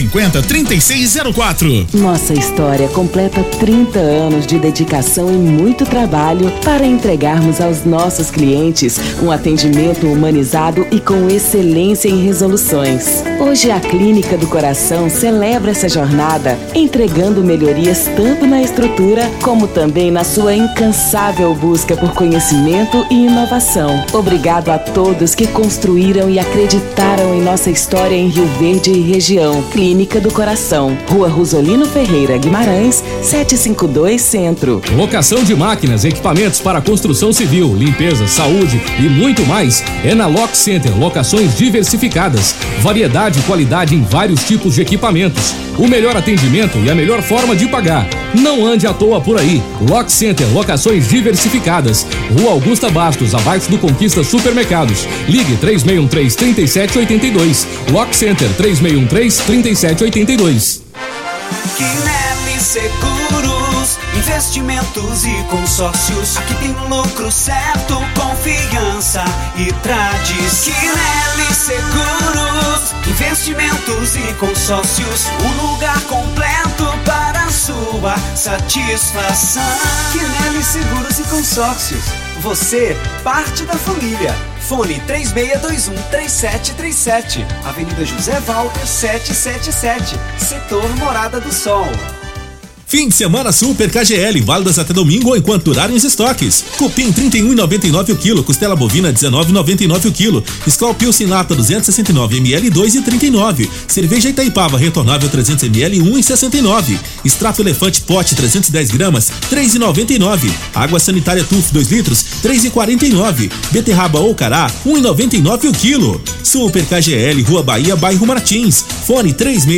3050-3604. Nossa história completa 30 anos de dedicação e muito trabalho para entregarmos aos nossos clientes um atendimento humanizado e com excelência em resoluções. Hoje a Clínica do Coração celebra essa jornada, entregando melhorias tanto na estrutura como também na sua incansável busca por conhecimento e inovação. Obrigado a todos que construíram e acreditaram em nossa história em Rio Verde e região. Clínica do Coração, Rua Rosolino Ferreira Guimarães, 752 Centro. Locação de máquinas, equipamentos para construção civil, limpeza, saúde e muito mais é na Lock Center. Locações diversificadas, variedade e qualidade em vários tipos de equipamentos, o melhor atendimento e a melhor forma de pagar. Não ande à toa por aí. Lock Center, locações diversificadas, Rua Augusta Bastos, abaixo do Conquista Supermercados. Ligue 3613-3782. Lock Center 3613-3782. Quinelli Seguros, investimentos e consórcios. Aqui tem lucro certo, confiança e tradição. Quinelli Seguros, investimentos e consórcios. Um lugar completo para a sua satisfação. Quinelli Seguros e Consórcios. Você, parte da família. Fone 3621-3737. Avenida José Walter 777. Setor Morada do Sol. Fim de semana Super KGL, válidas até domingo ou enquanto durarem os estoques. Cupim 31,99 o quilo, costela bovina 19,99 o quilo, Skol Pilsen lata 269 ml 2,39, cerveja Itaipava retornável 300 ml 1,69, extrato elefante pote 310 gramas 3,99, água sanitária Tuf 2 litros 3,49, beterraba ou cará 1,99 o quilo. Super KGL, Rua Bahia, bairro Martins, fone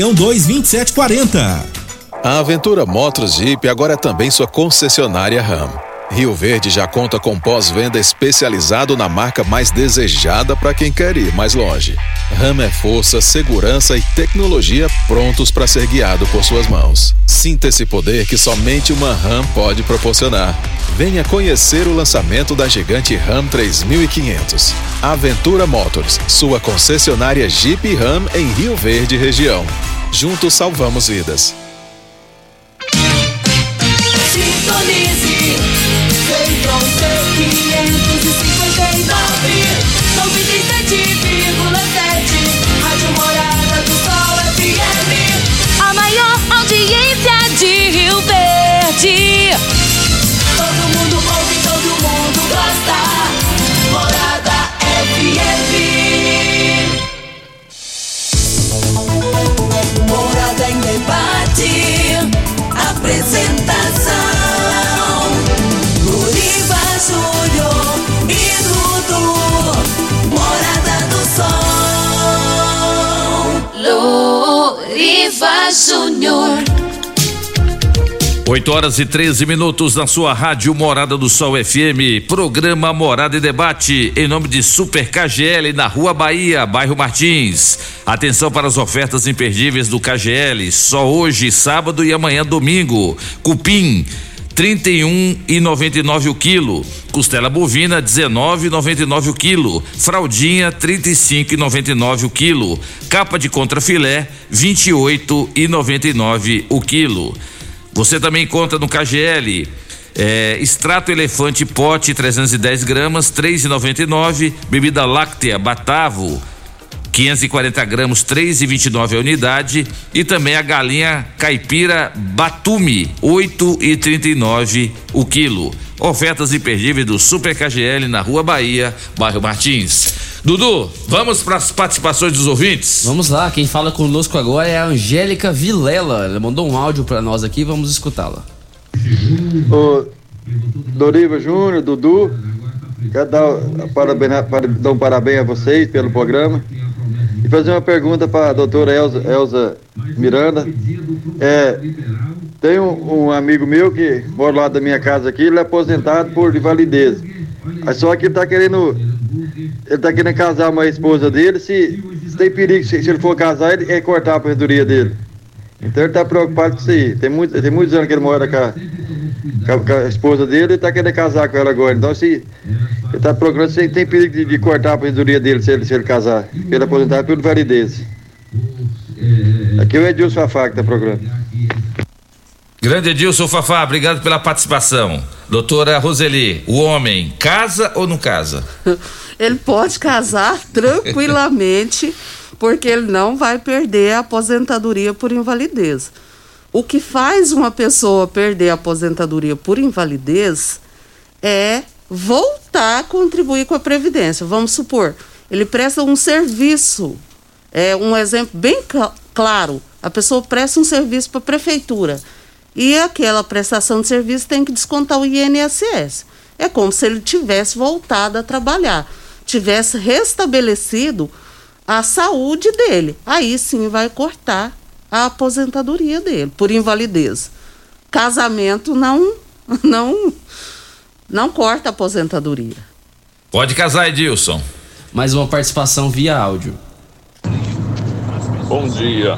3612-2740. A Aventura Motos Jeep agora é também sua concessionária Ram. Rio Verde já conta com pós-venda especializado na marca mais desejada para quem quer ir mais longe. Ram é força, segurança e tecnologia prontos para ser guiado por suas mãos. Sinta esse poder que somente uma Ram pode proporcionar. Venha conhecer o lançamento da gigante Ram 3500. Aventura Motors, sua concessionária Jeep e Ram em Rio Verde região. Juntos salvamos vidas. Sintonize, Feitron T559, 97,7, Rádio Morada do Sol FM. A maior audiência de Rio Verde. Todo mundo ouve, todo mundo Apresentação Loriva Júnior e Dudu, Morada do Sol. Loriva Júnior. 8h13 na sua rádio Morada do Sol FM, programa Morada e Debate, em nome de Super KGL, na Rua Bahia, bairro Martins. Atenção para as ofertas imperdíveis do KGL, só hoje, sábado e amanhã, domingo. Cupim, R$31,99 o quilo. Costela bovina, R$19,99 o quilo. Fraldinha, R$35,99 o quilo. Capa de contrafilé, R$28,99 o quilo. Você também encontra no KGL extrato elefante pote 310 gramas, R$3,99. Bebida láctea Batavo, 540 gramas, R$3,29 a unidade. E também a galinha caipira Batumi, R$8,39 o quilo. Ofertas imperdíveis do Super KGL na Rua Bahia, bairro Martins. Dudu, vamos para as participações dos ouvintes? Vamos lá, quem fala conosco agora é a Angélica Vilela. Ela mandou um áudio para nós aqui, vamos escutá-la. Ô, Loriva Júnior, Dudu, quero dar um parabéns a vocês pelo programa e fazer uma pergunta para a doutora Elza Miranda. Tem um amigo meu que mora lá da minha casa aqui, ele é aposentado por invalidez. Só que ele tá querendo casar uma esposa dele, se tem perigo, se ele for casar, ele é cortar a aposentadoria dele. Então ele tá preocupado com isso aí. Tem muitos anos que ele mora com a esposa dele e tá querendo casar com ela agora. Então ele tá procurando se tem perigo de cortar a aposentadoria dele se ele casar. Ele é aposentado por invalidez. Aqui é o Edilson Fafá que tá procurando. Grande Edilson Fafá, obrigado pela participação. Doutora Roseli, o homem casa ou não casa? Ele pode casar tranquilamente, porque ele não vai perder a aposentadoria por invalidez. O que faz uma pessoa perder a aposentadoria por invalidez é voltar a contribuir com a Previdência. Vamos supor, ele presta um serviço, um exemplo bem claro, a pessoa presta um serviço para a prefeitura. E aquela prestação de serviço tem que descontar o INSS. É como se ele tivesse voltado a trabalhar, tivesse restabelecido a saúde dele. Aí sim vai cortar a aposentadoria dele por invalidez. Casamento não corta a aposentadoria. Pode casar, Edilson. Mais uma participação via áudio. Bom dia.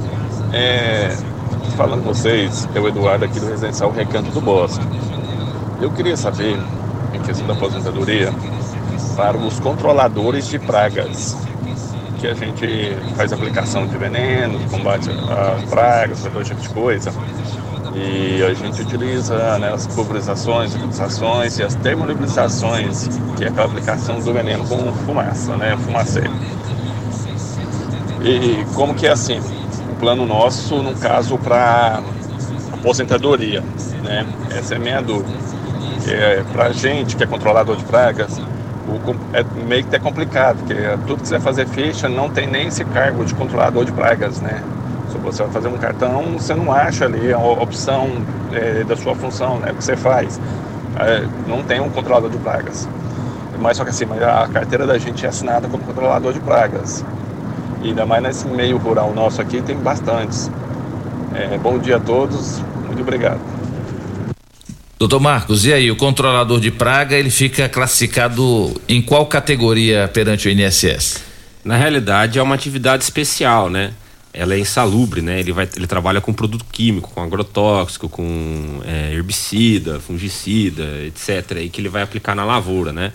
Falando com vocês, é o Eduardo aqui do Residencial Recanto do Bosque. Eu queria saber, em questão da aposentadoria, para os controladores de pragas, que a gente faz aplicação de veneno, combate a pragas, todo tipo de coisa, e a gente utiliza, né, as pulverizações, utilizações e as termonebulizações, que é aquela aplicação do veneno com fumaça, né, fumacê. E como que é assim? Plano nosso, no caso, para aposentadoria, né? Essa é a minha dúvida. Para a gente que é controlador de pragas, é meio que é complicado, porque tudo que você vai fazer ficha não tem nem esse cargo de controlador de pragas, né? Se você vai fazer um cartão, você não acha ali a opção da sua função, né? O que você faz. Não tem um controlador de pragas. Mas só que assim, a carteira da gente é assinada como controlador de pragas. E ainda mais nesse meio rural nosso aqui, tem bastantes. Bom dia a todos, muito obrigado. Doutor Marcos, e aí, o controlador de praga, ele fica classificado em qual categoria perante o INSS? Na realidade, é uma atividade especial, né? Ela é insalubre, né? Ele trabalha com produto químico, com agrotóxico, com herbicida, fungicida, etc. E que ele vai aplicar na lavoura, né?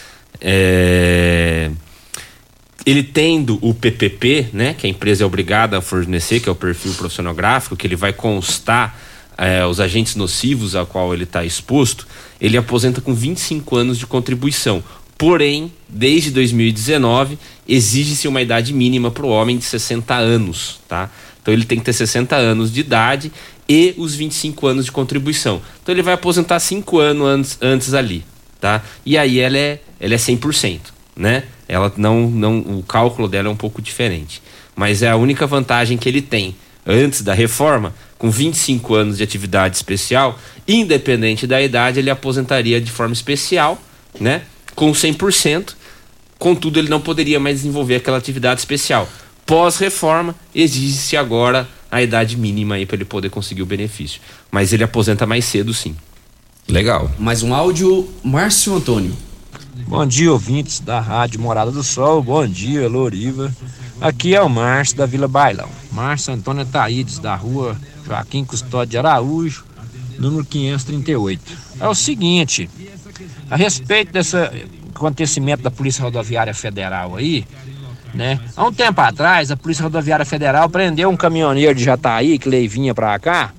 Ele tendo o PPP, né, que a empresa é obrigada a fornecer, que é o perfil profissional gráfico, que ele vai constar os agentes nocivos a qual ele está exposto, ele aposenta com 25 anos de contribuição. Porém, desde 2019, exige-se uma idade mínima para o homem de 60 anos, tá? Então ele tem que ter 60 anos de idade e os 25 anos de contribuição. Então ele vai aposentar 5 anos antes ali, tá? E aí ela é 100%, né? Ela o cálculo dela é um pouco diferente, mas é a única vantagem que ele tem. antes da reforma, com 25 anos de atividade especial, independente da idade, ele aposentaria de forma especial, né? Com 100%, contudo ele não poderia mais desenvolver aquela atividade especial. Pós-reforma, exige-se agora a idade mínima aí para ele poder conseguir o benefício. Mas ele aposenta mais cedo, sim. Legal. Mais um áudio, Márcio Antônio. Bom dia, ouvintes da Rádio Morada do Sol. Bom dia, Loriva. Aqui é o Márcio da Vila Bailão. Márcio Antônio Taídes, da rua Joaquim Custódio de Araújo, número 538. É o seguinte, a respeito desse acontecimento da Polícia Rodoviária Federal aí, né? Há um tempo atrás, a Polícia Rodoviária Federal prendeu um caminhoneiro de Jataí, que ele vinha pra cá,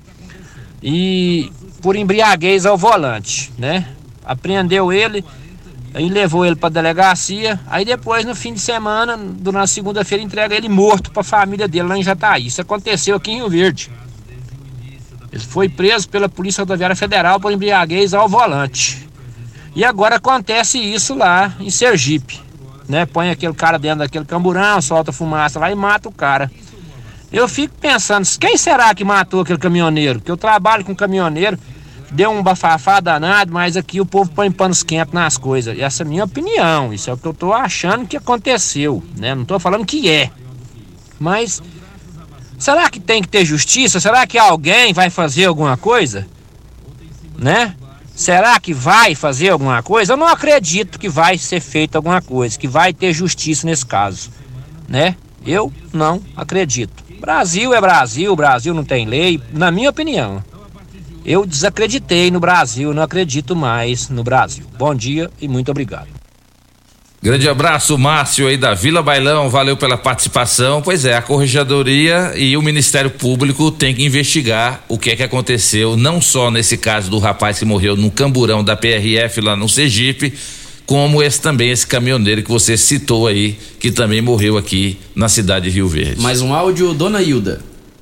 e por embriaguez ao volante, né? Apreendeu ele, aí levou ele pra delegacia, aí depois, no fim de semana, durante a segunda-feira, entrega ele morto pra família dele lá em Jataí. Isso aconteceu aqui em Rio Verde. Ele foi preso pela Polícia Rodoviária Federal por embriaguez ao volante. E agora acontece isso lá em Sergipe, né? Põe aquele cara dentro daquele camburão, solta fumaça lá e mata o cara. Eu fico pensando, quem será que matou aquele caminhoneiro? Porque eu trabalho com caminhoneiro, deu um bafafá danado, mas aqui o povo põe panos quentes nas coisas. E essa é a minha opinião, isso é o que eu tô achando que aconteceu, né? Não tô falando que é. Mas será que tem que ter justiça? Será que alguém vai fazer alguma coisa? Né? Será que vai fazer alguma coisa? Eu não acredito que vai ser feita alguma coisa, que vai ter justiça nesse caso, né? Eu não acredito. Brasil é Brasil, Brasil não tem lei, na minha opinião. Eu desacreditei no Brasil, não acredito mais no Brasil. Bom dia e muito obrigado. Grande abraço, Márcio aí da Vila Bailão, valeu pela participação. Pois é, a Corregedoria e o Ministério Público tem que investigar o que é que aconteceu, não só nesse caso do rapaz que morreu no camburão da PRF lá no Sergipe, como esse caminhoneiro que você citou aí, que também morreu aqui na cidade de Rio Verde. Mais um áudio, Dona Hilda.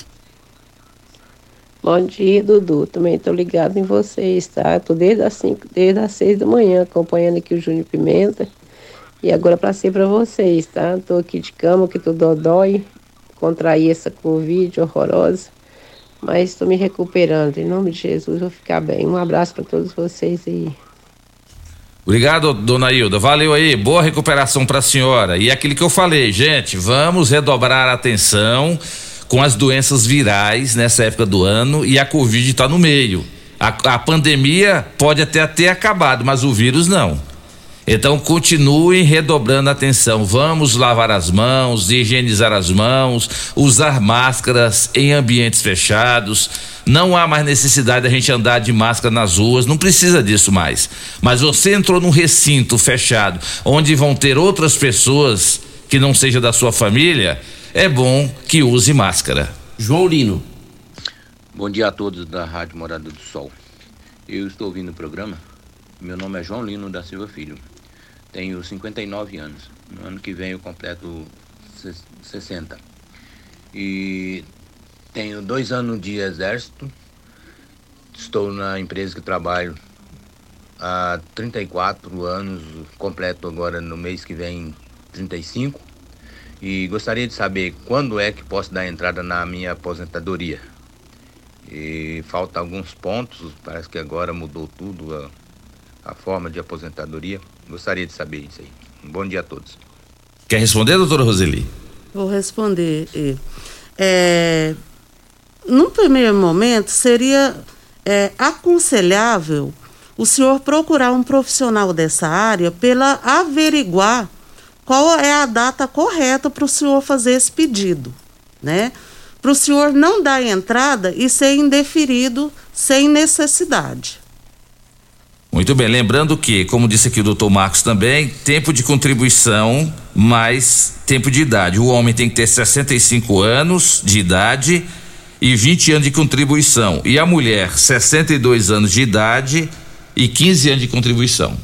Bom dia, Dudu. Também tô ligado em vocês, tá? Tô desde as 6 da manhã acompanhando aqui o Júnior Pimenta. E agora pra ser pra vocês, tá? Tô aqui de cama, que tô dodói, contraí essa Covid horrorosa, mas tô me recuperando. Em nome de Jesus, vou ficar bem. Um abraço pra todos vocês aí. Obrigado, Dona Hilda, valeu aí, boa recuperação pra senhora. E aquilo que eu falei, gente, vamos redobrar a atenção com as doenças virais nessa época do ano, e a Covid tá no meio. A pandemia pode até ter acabado, mas o vírus não. Então continuem redobrando a atenção, vamos lavar as mãos, higienizar as mãos, usar máscaras em ambientes fechados. Não há mais necessidade da gente andar de máscara nas ruas, não precisa disso mais. Mas você entrou num recinto fechado, onde vão ter outras pessoas que não seja da sua família, é bom que use máscara. João Lino. Bom dia a todos da Rádio Morada do Sol. Eu estou ouvindo o programa. Meu nome é João Lino da Silva Filho. Tenho 59 anos. No ano que vem eu completo 60. E tenho 2 anos de exército. Estou na empresa que trabalho há 34 anos. Completo agora no mês que vem 35. E gostaria de saber quando é que posso dar entrada na minha aposentadoria. E falta alguns pontos, parece que agora mudou tudo a forma de aposentadoria. Gostaria de saber isso aí. Um bom dia a todos. Quer responder, doutora Roseli? Vou responder. Num primeiro momento, seria aconselhável o senhor procurar um profissional dessa área para averiguar qual é a data correta para o senhor fazer esse pedido, né? Para o senhor não dar entrada e ser indeferido sem necessidade. Muito bem, lembrando que, como disse aqui o doutor Marcos também, tempo de contribuição mais tempo de idade. O homem tem que ter 65 anos de idade e 20 anos de contribuição. E a mulher, 62 anos de idade e 15 anos de contribuição.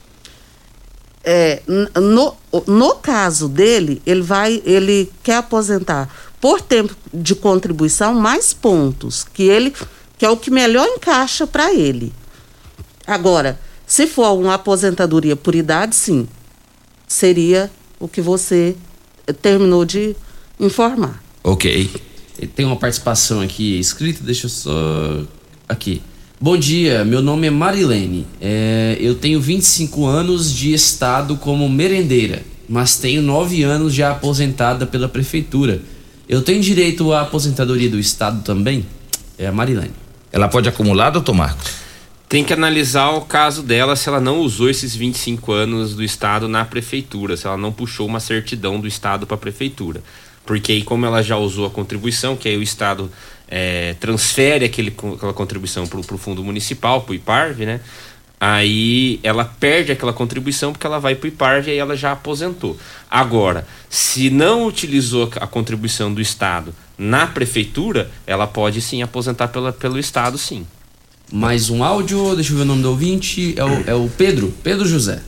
No caso dele, ele quer aposentar por tempo de contribuição mais pontos, que é o que melhor encaixa para ele. Agora, se for uma aposentadoria por idade, sim, seria o que você terminou de informar. Ok. Tem uma participação aqui escrita, deixa eu só... Aqui. Bom dia, meu nome é Marilene. Eu tenho 25 anos de estado como merendeira, mas tenho 9 anos já aposentada pela prefeitura. Eu tenho direito à aposentadoria do estado também? É a Marilene. Ela pode acumular, doutor Marcos? Tem que analisar o caso dela se ela não usou esses 25 anos do estado na prefeitura, se ela não puxou uma certidão do estado para a prefeitura. Porque aí, como ela já usou a contribuição, que aí o estado transfere aquela contribuição para o fundo municipal, para o IPARV, né? Aí ela perde aquela contribuição porque ela vai para o IPARV e aí ela já aposentou. Agora, se não utilizou a contribuição do estado na prefeitura, ela pode sim aposentar pelo estado, sim. Mais um áudio, deixa eu ver o nome do ouvinte, é o Pedro José.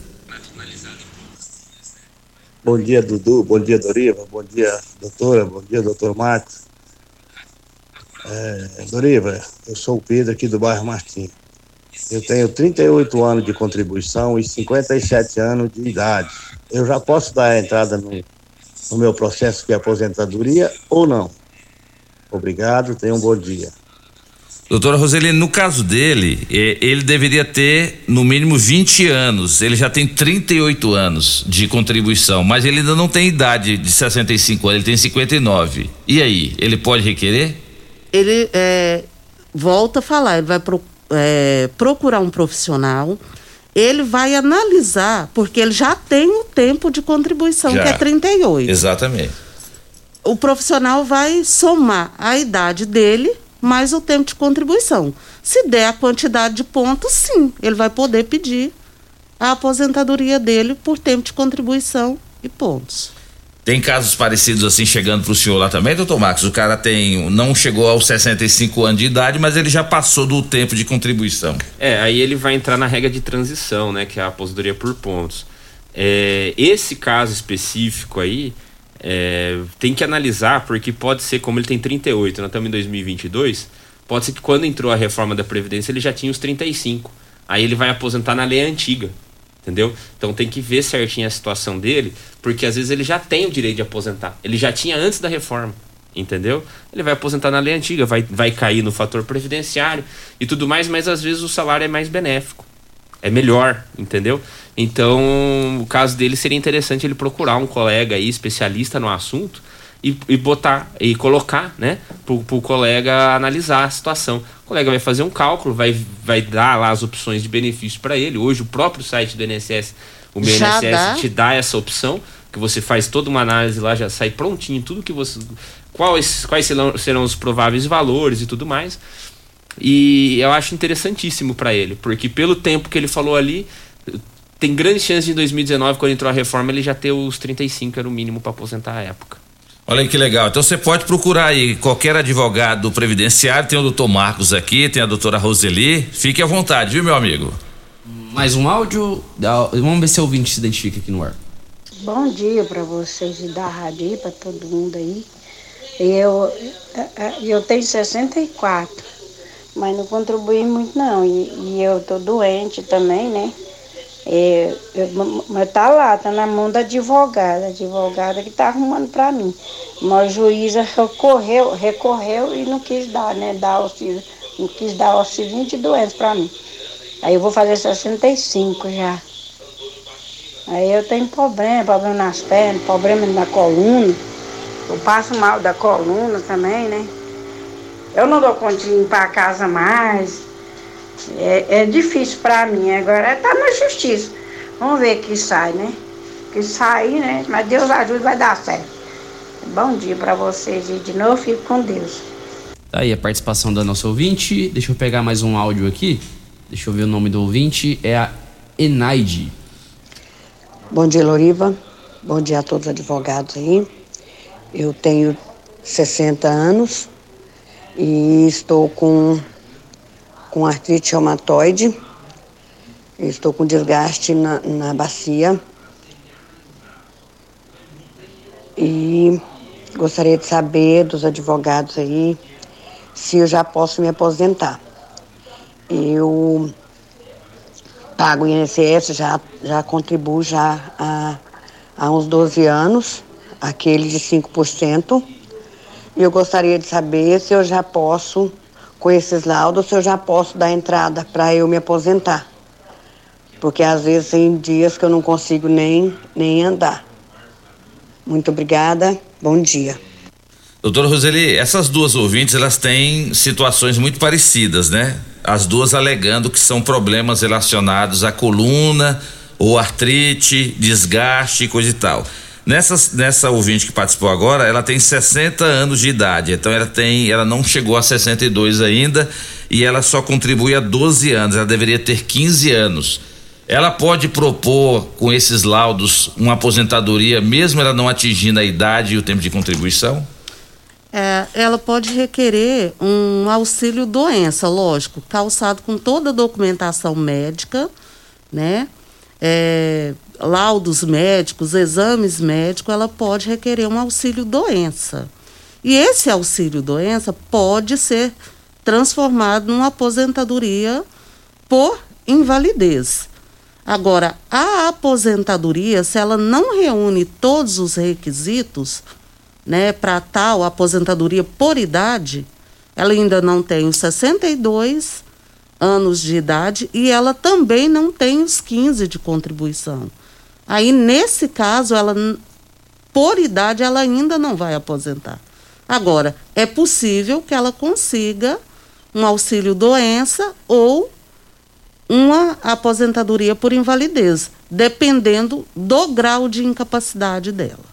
Bom dia, Dudu, bom dia, Doriva, bom dia, doutora, bom dia, doutor Marcos. Doriva, eu sou o Pedro aqui do bairro Martim. Eu tenho 38 anos de contribuição e 57 anos de idade. Eu já posso dar a entrada no meu processo de aposentadoria ou não? Obrigado, tenha um bom dia. Doutora Roselina, no caso dele, ele deveria ter no mínimo 20 anos, ele já tem 38 anos de contribuição, mas ele ainda não tem idade de 65 anos, ele tem 59. E aí, ele pode requerer? Ele volta a falar, ele vai procurar um profissional, ele vai analisar, porque ele já tem o tempo de contribuição, que é 38. Exatamente. O profissional vai somar a idade dele mais o tempo de contribuição. Se der a quantidade de pontos, sim, ele vai poder pedir a aposentadoria dele por tempo de contribuição e pontos. Tem casos parecidos assim chegando pro senhor lá também, doutor Marcos? O cara não chegou aos 65 anos de idade, mas ele já passou do tempo de contribuição. Aí ele vai entrar na regra de transição, né, que é a aposentadoria por pontos. Esse caso específico aí, tem que analisar, porque pode ser, como ele tem 38, nós estamos em 2022, pode ser que quando entrou a reforma da Previdência ele já tinha os 35, aí ele vai aposentar na lei antiga, entendeu? Então tem que ver certinho a situação dele, porque às vezes ele já tem o direito de aposentar, ele já tinha antes da reforma, entendeu? Ele vai aposentar na lei antiga, vai cair no fator previdenciário e tudo mais, mas às vezes o salário é mais benéfico, é melhor, entendeu? Então, o caso dele seria interessante ele procurar um colega aí, especialista no assunto, e colocar, né, pro colega analisar a situação. O colega vai fazer um cálculo, vai dar lá as opções de benefício para ele. Hoje o próprio site do INSS, o meu INSS te dá essa opção, que você faz toda uma análise lá, já sai prontinho, tudo que você... Quais serão os prováveis valores e tudo mais. E eu acho interessantíssimo para ele, porque pelo tempo que ele falou ali, tem grande chance de em 2019, quando entrou a reforma, ele já ter os 35, era o mínimo para aposentar à época. Olha aí que legal. Então você pode procurar aí qualquer advogado do Previdenciário, tem o doutor Marcos aqui, tem a doutora Roseli, fique à vontade, viu, meu amigo? Mais um áudio, vamos ver se o ouvinte se identifica aqui no ar. Bom dia para vocês e da rádio aí, para todo mundo aí. Eu tenho 64, mas não contribuí muito não, e eu tô doente também, né? Mas tá na mão da advogada que tá arrumando pra mim. Mas o juiz recorreu e não quis dar, né? Não quis dar auxílio de doença pra mim. Aí eu vou fazer 65 já. Aí eu tenho problema nas pernas, problema na coluna. Eu passo mal da coluna também, né? Eu não dou conta de limpar a casa mais. É difícil pra mim, agora tá na justiça. Vamos ver que sai, né? Que sair, né? Mas Deus ajuda, vai dar certo. Bom dia pra vocês e de novo fico com Deus. Tá aí a participação da nossa ouvinte. Deixa eu pegar mais um áudio aqui. Deixa eu ver o nome do ouvinte. É a Enaide. Bom dia, Loriva. Bom dia a todos os advogados aí. Eu tenho 60 anos e estou com artrite reumatoide, estou com desgaste na bacia e gostaria de saber dos advogados aí se eu já posso me aposentar. Eu pago o INSS, já contribuo já há uns 12 anos, aquele de 5%, E eu gostaria de saber se eu já posso, com esses laudos, se eu já posso dar entrada para eu me aposentar. Porque às vezes tem dias que eu não consigo nem andar. Muito obrigada, bom dia. Doutora Roseli, essas duas ouvintes, elas têm situações muito parecidas, né? As duas alegando que são problemas relacionados à coluna ou artrite, desgaste, coisa e tal. Nessa ouvinte que participou agora, ela tem 60 anos de idade, então ela não chegou a 62 ainda e ela só contribui há 12 anos, ela deveria ter 15 anos. Ela pode propor com esses laudos uma aposentadoria, mesmo ela não atingindo a idade e o tempo de contribuição? Ela pode requerer um auxílio doença, lógico, calçado com toda a documentação médica, né? Laudos médicos, exames médicos, ela pode requerer um auxílio doença. E esse auxílio doença pode ser transformado numa aposentadoria por invalidez. Agora, a aposentadoria, se ela não reúne todos os requisitos, né, para tal aposentadoria por idade, ela ainda não tem os 62 anos de idade e ela também não tem os 15 de contribuição. Aí, nesse caso, ela, por idade, ela ainda não vai aposentar. Agora, é possível que ela consiga um auxílio doença ou uma aposentadoria por invalidez, dependendo do grau de incapacidade dela.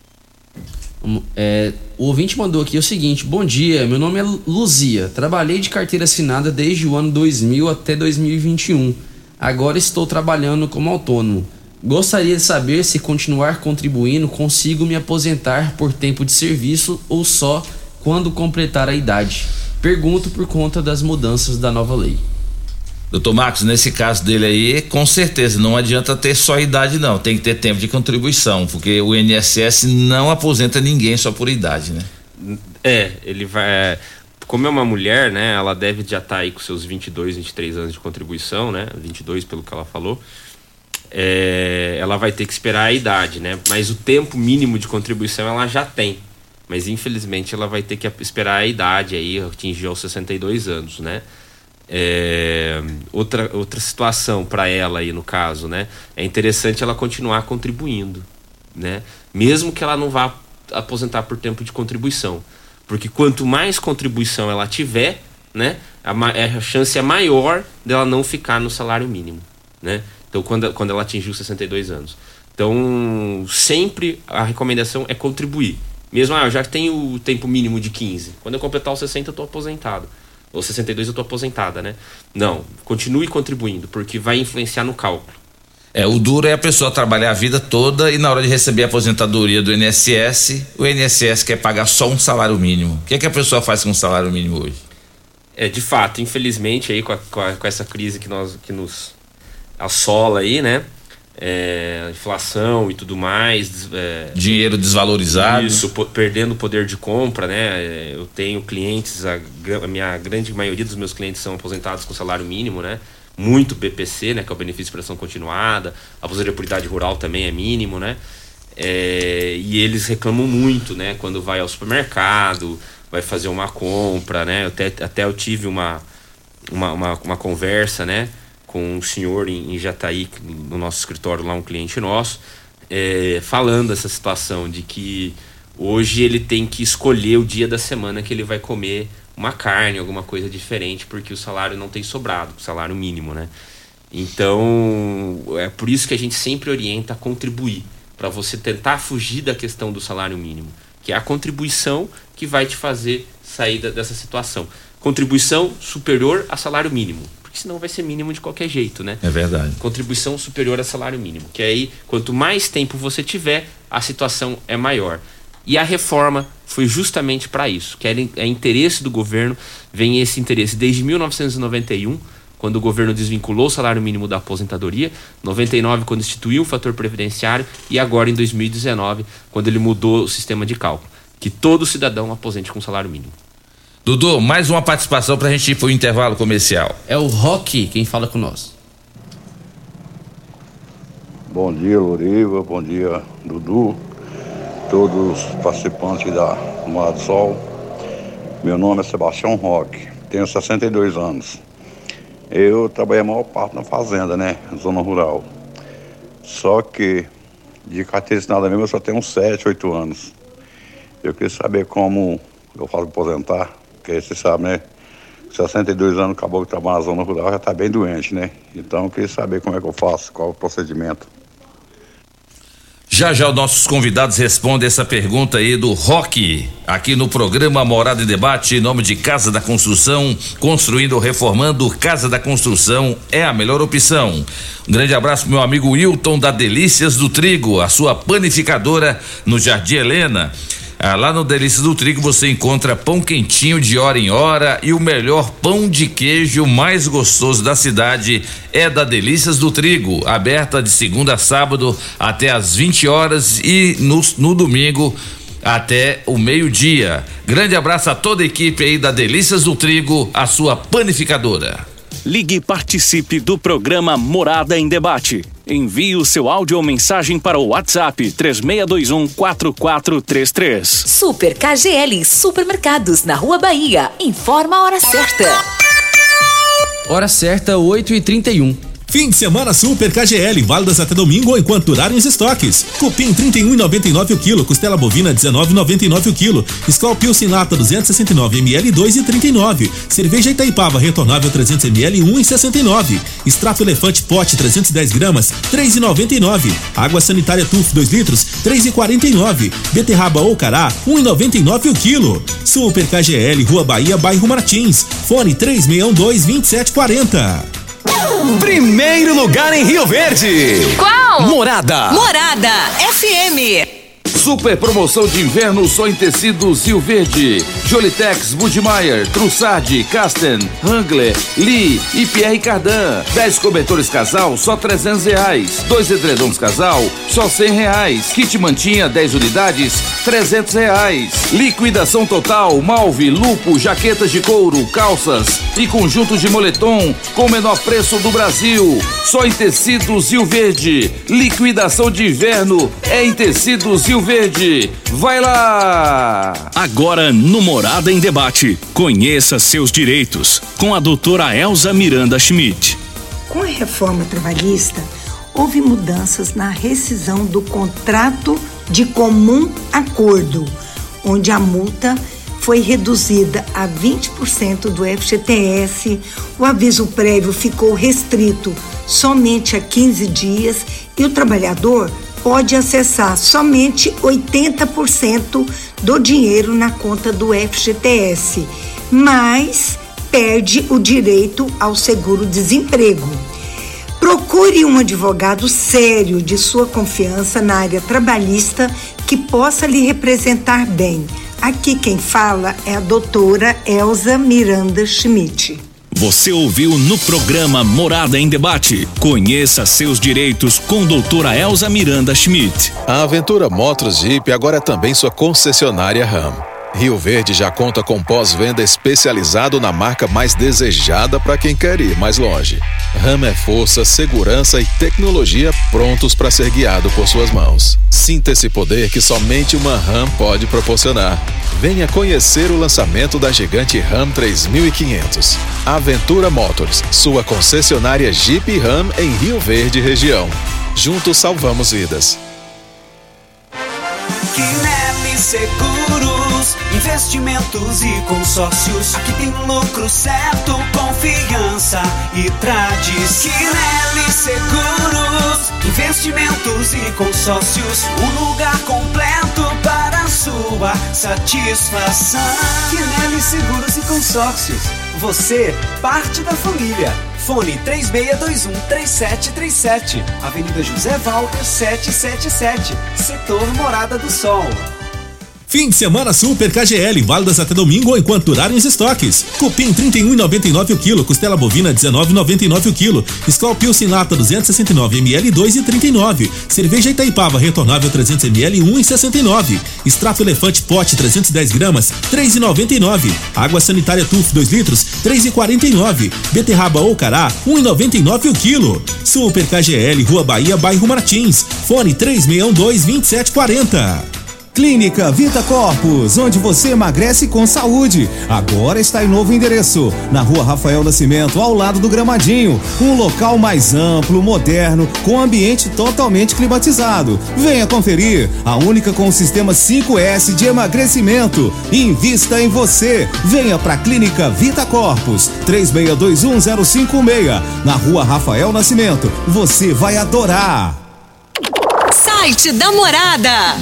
O ouvinte mandou aqui o seguinte: bom dia, meu nome é Luzia, trabalhei de carteira assinada desde o ano 2000 até 2021, agora estou trabalhando como autônomo. Gostaria de saber se continuar contribuindo consigo me aposentar por tempo de serviço ou só quando completar a idade. Pergunto por conta das mudanças da nova lei. Doutor Marcos, nesse caso dele aí, com certeza, não adianta ter só idade não, tem que ter tempo de contribuição, porque o INSS não aposenta ninguém só por idade, né? Ele vai, como é uma mulher, né, ela deve já estar aí com seus 22, 23 anos de contribuição, né, 22 pelo que ela falou, ela vai ter que esperar a idade, né, mas o tempo mínimo de contribuição ela já tem, mas infelizmente ela vai ter que esperar a idade aí, atingir aos 62 anos, né. Outra situação para ela aí no caso, né? É interessante ela continuar contribuindo, né? Mesmo que ela não vá aposentar por tempo de contribuição, porque quanto mais contribuição ela tiver, né? A chance é maior dela não ficar no salário mínimo, né? Então quando ela atingir os 62 anos. Então sempre a recomendação é contribuir. Mesmo, eu já tenho o tempo mínimo de 15. Quando eu completar os 60 eu tô aposentado. Ou 62 eu tô aposentada, né? Não, continue contribuindo, porque vai influenciar no cálculo. O duro é a pessoa trabalhar a vida toda e na hora de receber a aposentadoria do INSS, o INSS quer pagar só um salário mínimo. O que é que a pessoa faz com um salário mínimo hoje? De fato, infelizmente, aí com essa crise que nos assola aí, né? Inflação e tudo mais, dinheiro desvalorizado, isso, perdendo o poder de compra, né? Eu tenho clientes, a minha grande maioria dos meus clientes são aposentados com salário mínimo, né? Muito BPC, né? Que é o benefício de prestação continuada, a aposentadoria por idade rural também é mínimo, né? E eles reclamam muito, né? Quando vai ao supermercado, vai fazer uma compra, né? Até eu tive uma conversa, né? Com um senhor em Jataí, no nosso escritório lá, um cliente nosso, falando essa situação de que hoje ele tem que escolher o dia da semana que ele vai comer uma carne, alguma coisa diferente, porque o salário não tem sobrado, o salário mínimo, né? Então, é por isso que a gente sempre orienta a contribuir, para você tentar fugir da questão do salário mínimo, que é a contribuição que vai te fazer sair dessa situação. Contribuição superior a salário mínimo, porque senão vai ser mínimo de qualquer jeito, né? É verdade. Contribuição superior a salário mínimo, que aí, quanto mais tempo você tiver, a situação é maior. E a reforma foi justamente para isso, que é interesse do governo, vem esse interesse desde 1991, quando o governo desvinculou o salário mínimo da aposentadoria, 99 quando instituiu o fator previdenciário e agora em 2019, quando ele mudou o sistema de cálculo, que todo cidadão aposente com salário mínimo. Dudu, mais uma participação pra gente ir pro intervalo comercial. É o Roque quem fala com nós. Bom dia, Loriva, bom dia, Dudu, todos os participantes da Morada do Sol. Meu nome é Sebastião Roque, tenho 62 anos. Eu trabalhei a maior parte na fazenda, né? Zona rural. Só que de carteira assinada mesmo eu só tenho uns 7, 8 anos. Eu queria saber como eu faço para aposentar, porque você sabe, né? 62 anos, acabou de trabalhar na zona rural, já está bem doente, né? Então eu queria saber como é que eu faço, qual é o procedimento. Já os nossos convidados respondem essa pergunta aí do Roque, aqui no programa Morada em Debate, em nome de Casa da Construção, construindo ou reformando. Casa da Construção é a melhor opção. Um grande abraço pro meu amigo Wilton da Delícias do Trigo, a sua panificadora no Jardim Helena. Lá no Delícias do Trigo você encontra pão quentinho de hora em hora e o melhor pão de queijo mais gostoso da cidade é da Delícias do Trigo, aberta de segunda a sábado até às 20 horas e no domingo até o meio-dia. Grande abraço a toda a equipe aí da Delícias do Trigo, a sua panificadora. Ligue e participe do programa Morada em Debate. Envie o seu áudio ou mensagem para o WhatsApp 3621-4433. Super KGL Supermercados na Rua Bahia. Informa a hora certa. Hora certa, 8h31. Fim de semana Super KGL, válidas até domingo ou enquanto durarem os estoques. Cupim 31,99 o quilo, costela bovina 19,99 o quilo, Skol Pilsen Lata 269 ml 2,39, cerveja Itaipava retornável 300 ml 1,69, extrato elefante pote 310 gramas 3,99, água sanitária Tuf 2 litros 3,49, beterraba ou cará 1,99 o quilo. Super KGL, Rua Bahia, bairro Martins, fone 3612-2740. Primeiro lugar em Rio Verde. Qual? Morada. Morada FM. Super promoção de inverno só em tecidos Rio Verde. Jolitex, Budmeier, Trussardi, Kasten, Wrangler, Lee e Pierre Cardin. 10 cobertores casal, só R$300. 2 edredons casal, só R$100. Kit mantinha, 10 unidades, R$300. Liquidação total, Malve, Lupo, jaquetas de couro, calças e conjuntos de moletom com o menor preço do Brasil. Só em tecidos Rio Verde. Liquidação de inverno é em tecidos Rio Verde. Vai lá! Agora no Morada em Debate, conheça seus direitos com a doutora Elza Miranda Schmidt. Com a reforma trabalhista, houve mudanças na rescisão do contrato de comum acordo, onde a multa foi reduzida a 20% do FGTS, o aviso prévio ficou restrito somente a 15 dias e o trabalhador pode acessar somente 80% do dinheiro na conta do FGTS, mas perde o direito ao seguro-desemprego. Procure um advogado sério de sua confiança na área trabalhista que possa lhe representar bem. Aqui quem fala é a doutora Elza Miranda Schmidt. Você ouviu no programa Morada em Debate. Conheça seus direitos com doutora Elza Miranda Schmidt. A Aventura Motos Jeep agora é também sua concessionária RAM. Rio Verde já conta com pós-venda especializado na marca mais desejada para quem quer ir mais longe. RAM é força, segurança e tecnologia prontos para ser guiado por suas mãos. Sinta esse poder que somente uma RAM pode proporcionar. Venha conhecer o lançamento da gigante RAM 3500. Aventura Motors, sua concessionária Jeep e RAM em Rio Verde região. Juntos salvamos vidas. Quinelli Seguros, investimentos e consórcios. Aqui tem lucro certo, confiança e tradição. Quinelli Seguros, investimentos e consórcios. Um lugar completo para a sua satisfação. Quinelli Seguros e Consórcios. Você, parte da família. Fone 3621-3737. Avenida José Walter 777. Setor Morada do Sol. Fim de semana Super KGL, válidas até domingo ou enquanto durarem os estoques. Cupim 31,99 o quilo, costela bovina 19,99 o quilo, Skol Pilsen Lata 269 ml 2,39, cerveja Itaipava retornável 300 ml 1,69, extrato elefante pote 310 gramas 3,99, água sanitária Tuf 2 litros 3,49, beterraba ou cará 1,99 o quilo. Super KGL, Rua Bahia, bairro Martins, fone 3612-2740. Clínica Vita Corpus, onde você emagrece com saúde. Agora está em novo endereço, na Rua Rafael Nascimento, ao lado do Gramadinho. Um local mais amplo, moderno, com ambiente totalmente climatizado. Venha conferir, a única com o sistema 5S de emagrecimento. Invista em você. Venha para a Clínica Vita Corpus, 36210516, na Rua Rafael Nascimento. Você vai adorar. Site da Morada.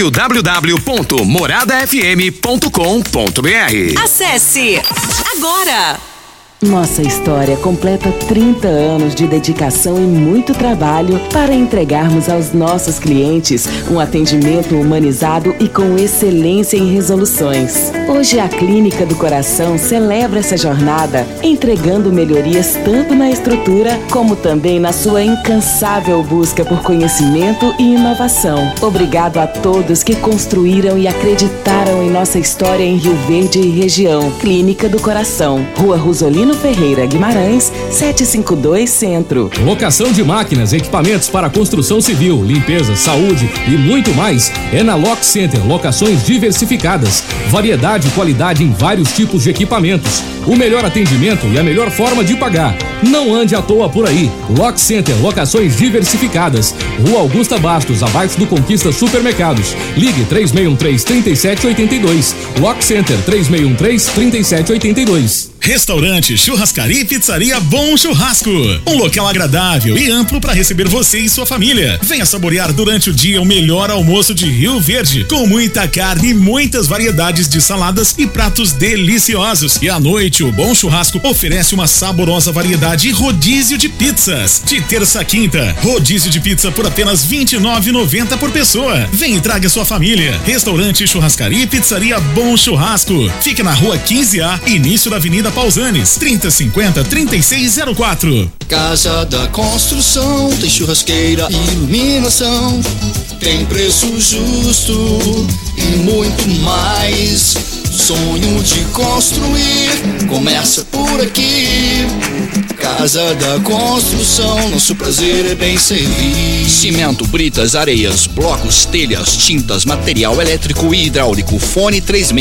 www.moradafm.com.br. Acesse agora. Nossa história completa 30 anos de dedicação e muito trabalho para entregarmos aos nossos clientes um atendimento humanizado e com excelência em resoluções. Hoje a Clínica do Coração celebra essa jornada, entregando melhorias tanto na estrutura como também na sua incansável busca por conhecimento e inovação. Obrigado a todos que construíram e acreditaram em nossa história em Rio Verde e região. Clínica do Coração, Rua Rosolino Ferreira Guimarães, 752 Centro. Locação de máquinas, equipamentos para construção civil, limpeza, saúde e muito mais é na Lock Center. Locações diversificadas, variedade e qualidade em vários tipos de equipamentos, o melhor atendimento e a melhor forma de pagar. Não ande à toa por aí. Lock Center, locações diversificadas, Rua Augusta Bastos, abaixo do Conquista Supermercados. Ligue 3613-3782. Lock Center 3613-3782. Restaurante, churrascaria e pizzaria Bom Churrasco. Um local agradável e amplo para receber você e sua família. Venha saborear durante o dia o melhor almoço de Rio Verde, com muita carne e muitas variedades de saladas e pratos deliciosos. E à noite, o Bom Churrasco oferece uma saborosa variedade e rodízio de pizzas. De terça a quinta, rodízio de pizza por apenas R$ 29,90 por pessoa. Venha e traga sua família. Restaurante, churrascaria e pizzaria Bom Churrasco. Fica na Rua 15A, início da Avenida Pausanes, 3050-3604. Casa da Construção, tem churrasqueira e iluminação, tem preço justo e muito mais. Sonho de construir começa por aqui. Casa da Construção, nosso prazer é bem servir. Cimento, britas, areias, blocos, telhas, tintas, material elétrico e hidráulico. Fone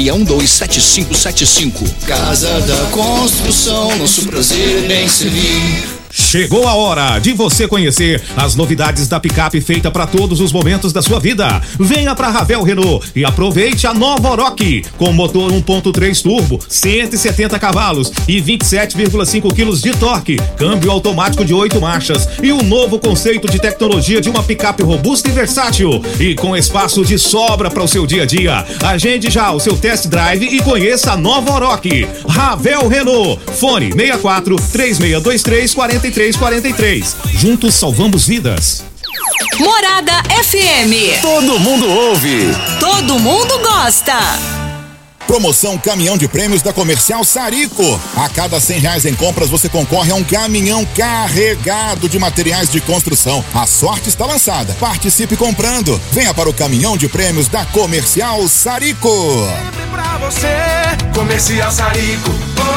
3612-7575. Casa da Construção, nosso prazer é bem servir. Chegou a hora de você conhecer as novidades da picape feita para todos os momentos da sua vida. Venha para Ravel Renault e aproveite a nova Oroch com motor 1.3 turbo, 170 cavalos e 27,5 quilos de torque, câmbio automático de 8 marchas e um novo conceito de tecnologia de uma picape robusta e versátil e com espaço de sobra para o seu dia a dia. Agende já o seu test drive e conheça a nova Oroch. Ravel Renault, fone 64 3623 4343. Juntos salvamos vidas. Morada FM. Todo mundo ouve. Todo mundo gosta. Promoção Caminhão de Prêmios da Comercial Sarico. A cada R$100 em compras você concorre a um caminhão carregado de materiais de construção. A sorte está lançada. Participe comprando. Venha para o Caminhão de Prêmios da Comercial Sarico. Sempre pra você, Comercial Sarico.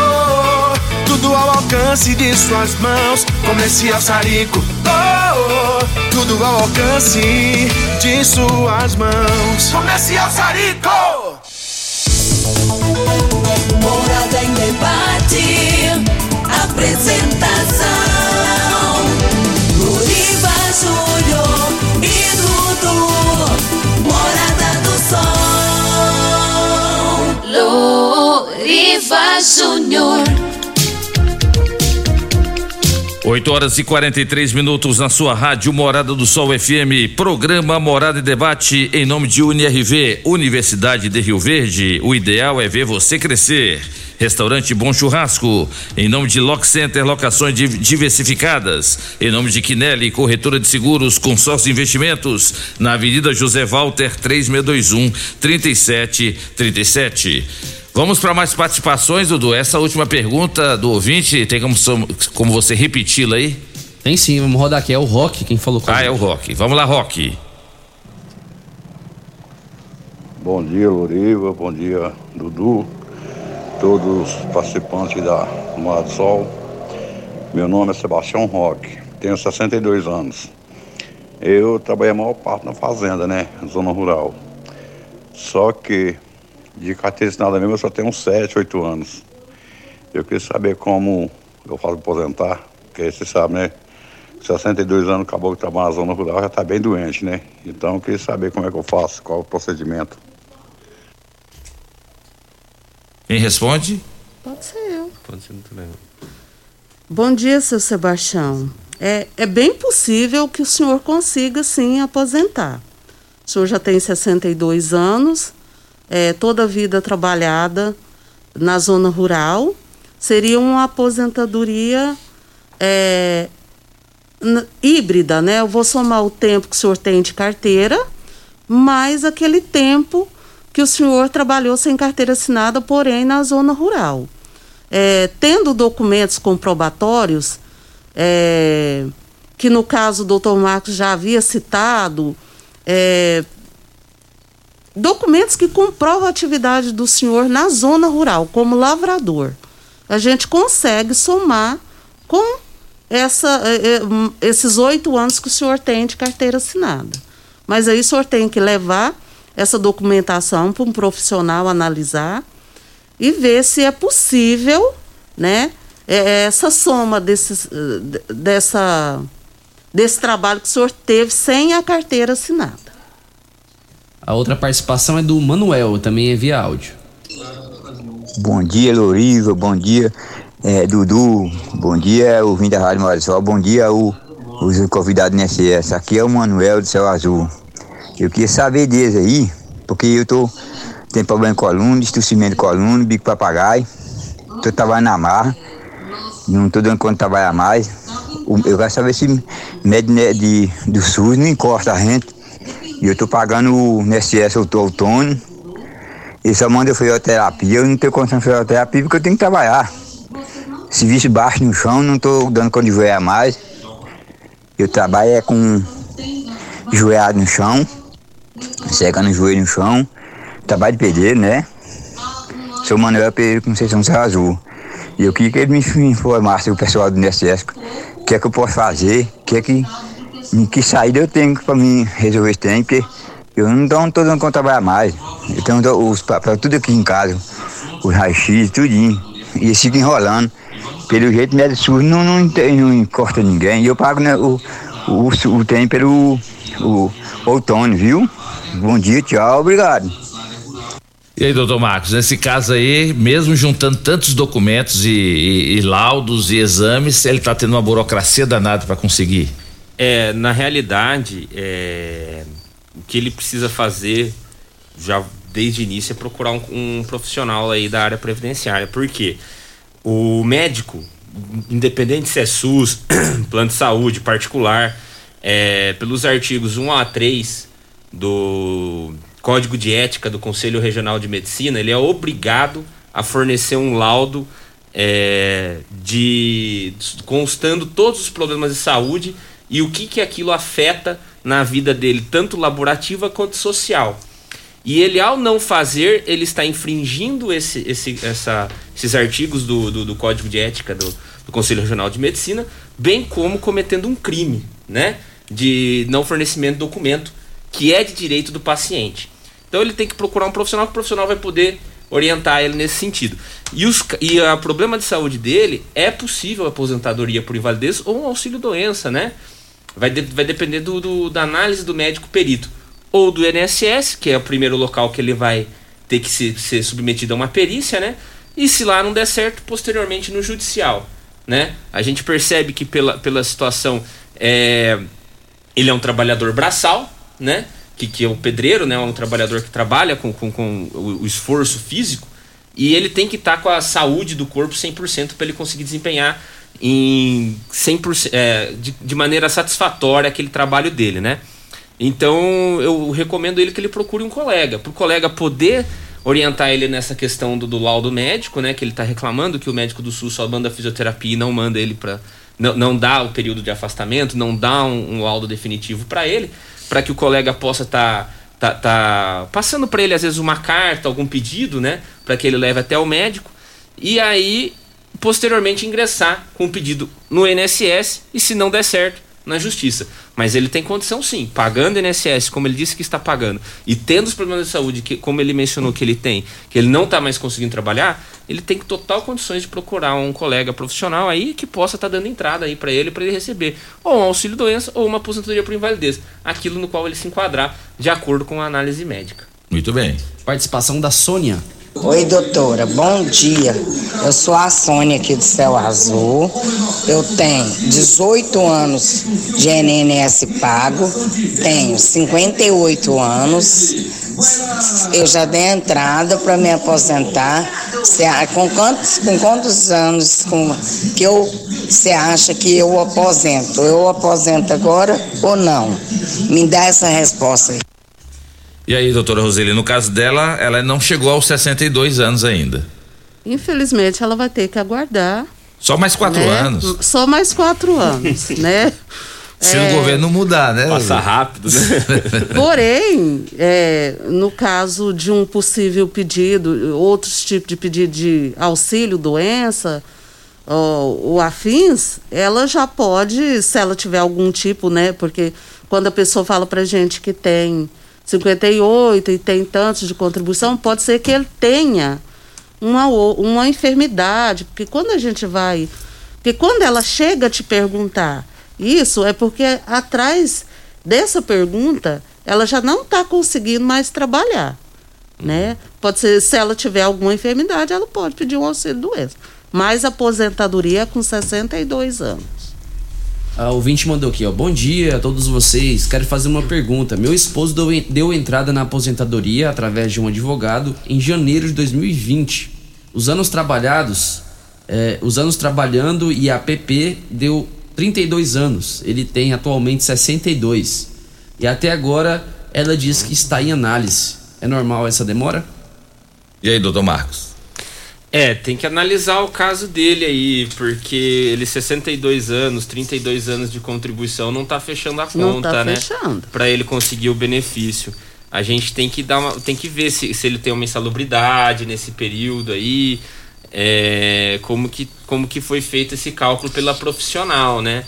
Tudo ao alcance de suas mãos, Comercial Sarico. Tudo ao alcance de suas mãos, Comercial Sarico. Morada em debate. Apresentação: Loriva Júnior e Dudu. Morada do Sol. Loriva Júnior. 8h43 na sua rádio Morada do Sol FM, programa Morada e Debate em nome de UniRV, Universidade de Rio Verde. O ideal é ver você crescer. Restaurante Bom Churrasco, em nome de Lock Center, locações diversificadas, em nome de Quinelli, corretora de seguros, consórcio investimentos, na Avenida José Walter 3621-3737. Vamos para mais participações, Dudu. Essa última pergunta do ouvinte, tem como você repeti-la aí? Tem sim, vamos rodar aqui. É o Roque quem falou com a gente. É o Roque. Vamos lá, Roque. Bom dia, Loriva. Bom dia, Dudu. Todos os participantes da Morada do Sol. Meu nome é Sebastião Roque. Tenho 62 anos. Eu trabalhei a maior parte na fazenda, né? Zona rural. Só que de carteira assinada mesmo eu só tenho uns 7, 8 anos. Eu queria saber como eu faço aposentar, porque você sabe, né? 62 anos, acabou de trabalhar na zona rural, já está bem doente, né? Então eu queria saber como é que eu faço, qual é o procedimento. Quem responde? Pode ser eu. Pode ser muito bem. Bom dia, seu Sebastião. É bem possível que o senhor consiga, sim, aposentar. O senhor já tem 62 anos, toda a vida trabalhada na zona rural. Seria uma aposentadoria híbrida, né? Eu vou somar o tempo que o senhor tem de carteira, mais aquele tempo que o senhor trabalhou sem carteira assinada, porém na zona rural. Tendo documentos comprobatórios, que no caso o doutor Marcos já havia citado, documentos que comprovam a atividade do senhor na zona rural, como lavrador, a gente consegue somar com esses 8 anos que o senhor tem de carteira assinada. Mas aí o senhor tem que levar essa documentação para um profissional analisar e ver se é possível, né, essa soma desse trabalho que o senhor teve sem a carteira assinada. A outra participação é do Manuel, também é via áudio. Bom dia, Loriva, bom dia, Dudu, bom dia, ouvinte da Rádio Marisol, bom dia, os convidados do INSS. Aqui é o Manuel do Céu Azul. Eu queria saber deles aí, porque eu tenho problema de coluna, distorcimento de coluna, bico papagaio, estou trabalhando na marra, não estou dando conta de trabalhar mais. Eu quero saber se médico do SUS não encosta a gente, e eu estou pagando o INSS autônomo, e só manda fisioterapia, eu não tenho condição de fisioterapia porque eu tenho que trabalhar. Serviço baixo no chão, não estou dando conta de joelhar mais. Eu trabalho com joelhado no chão, secando o joelho no chão, trabalho de pedreiro, né? Sou Manuel Pedreiro Conceição Céu Azul. E eu queria que ele me informasse, o pessoal do INSS, o que é que eu posso fazer, que saída eu tenho para mim resolver esse trem, porque eu não estou dando conta de trabalhar mais. Eu tenho os papéis tudo aqui em casa, os raio-x, tudinho. E eles ficam enrolando. Pelo jeito, médico SUS não encosta ninguém. E eu pago, né, o trem pelo outono, viu? Bom dia, tchau, obrigado. E aí, doutor Marcos, nesse caso aí, mesmo juntando tantos documentos e laudos e exames, ele está tendo uma burocracia danada para conseguir? Na realidade, o que ele precisa fazer já desde o início é procurar um profissional aí da área previdenciária. Por quê? O médico, independente se é SUS, plano de saúde, particular, pelos artigos 1 a 3 do Código de Ética do Conselho Regional de Medicina, ele é obrigado a fornecer um laudo constando todos os problemas de saúde e o que aquilo afeta na vida dele, tanto laborativa quanto social. E ele, ao não fazer, ele está infringindo esses artigos do Código de Ética do Conselho Regional de Medicina, bem como cometendo um crime, né, de não fornecimento de documento, que é de direito do paciente. Então ele tem que procurar um profissional, que o profissional vai poder orientar ele nesse sentido. E o problema de saúde dele, é possível aposentadoria por invalidez ou um auxílio-doença, né? Vai depender da análise do médico perito, ou do INSS, que é o primeiro local que ele vai ter que ser submetido a uma perícia, né? E se lá não der certo, posteriormente no judicial, né? A gente percebe que pela situação, ele é um trabalhador braçal, né? Que é o pedreiro, né? Um trabalhador que trabalha com o esforço físico, e ele tem que estar com a saúde do corpo 100% para ele conseguir desempenhar em 100%, de maneira satisfatória aquele trabalho dele, né? Então eu recomendo ele que ele procure um colega, para o colega poder orientar ele nessa questão do laudo médico, né? Que ele está reclamando que o médico do SUS só manda fisioterapia e não manda ele não dá o período de afastamento, não dá um laudo definitivo para ele, para que o colega possa tá passando para ele às vezes uma carta, algum pedido, né? Para que ele leve até o médico, e aí posteriormente ingressar com o pedido no INSS, e se não der certo, na justiça. Mas ele tem condição sim, pagando INSS, como ele disse que está pagando, e tendo os problemas de saúde, que, como ele mencionou que ele tem, que ele não está mais conseguindo trabalhar, ele tem total condições de procurar um colega profissional aí que possa estar dando entrada aí para ele receber ou um auxílio-doença ou uma aposentadoria por invalidez, aquilo no qual ele se enquadrar de acordo com a análise médica. Muito bem. Participação da Sônia. Oi, doutora, bom dia. Eu sou a Sônia aqui do Céu Azul. Eu tenho 18 anos de INSS pago, tenho 58 anos. Eu já dei entrada para me aposentar. Com quantos anos que você acha que eu aposento? Eu aposento agora ou não? Me dá essa resposta aí. E aí, doutora Roseli, no caso dela, ela não chegou aos 62 anos ainda. Infelizmente, ela vai ter que aguardar. Só mais 4 anos. Só mais 4 anos, né? Se o governo mudar, né? Passa rápido, né? Porém, no caso de um possível pedido, outros tipos de pedido de auxílio, doença, ou afins, ela já pode, se ela tiver algum tipo, né? Porque quando a pessoa fala pra gente que tem 58 e tem tantos de contribuição, pode ser que ele tenha uma enfermidade, porque quando a gente vai... Porque quando ela chega a te perguntar isso, é porque atrás dessa pergunta, ela já não está conseguindo mais trabalhar, né? Pode ser, se ela tiver alguma enfermidade, ela pode pedir um auxílio-doença. Mas a aposentadoria é com 62 anos. A ouvinte mandou aqui, ó. Bom dia a todos vocês. Quero fazer uma pergunta. Meu esposo deu entrada na aposentadoria através de um advogado em janeiro de 2020. Os anos trabalhando e a PP deu 32 anos. Ele tem atualmente 62. E até agora ela diz que está em análise. É normal essa demora? E aí, doutor Marcos? Tem que analisar o caso dele aí, porque ele 62 anos, 32 anos de contribuição, não tá fechando a conta, né? Para ele conseguir o benefício. A gente tem que tem que ver se ele tem uma insalubridade nesse período aí, como que foi feito esse cálculo pela profissional, né?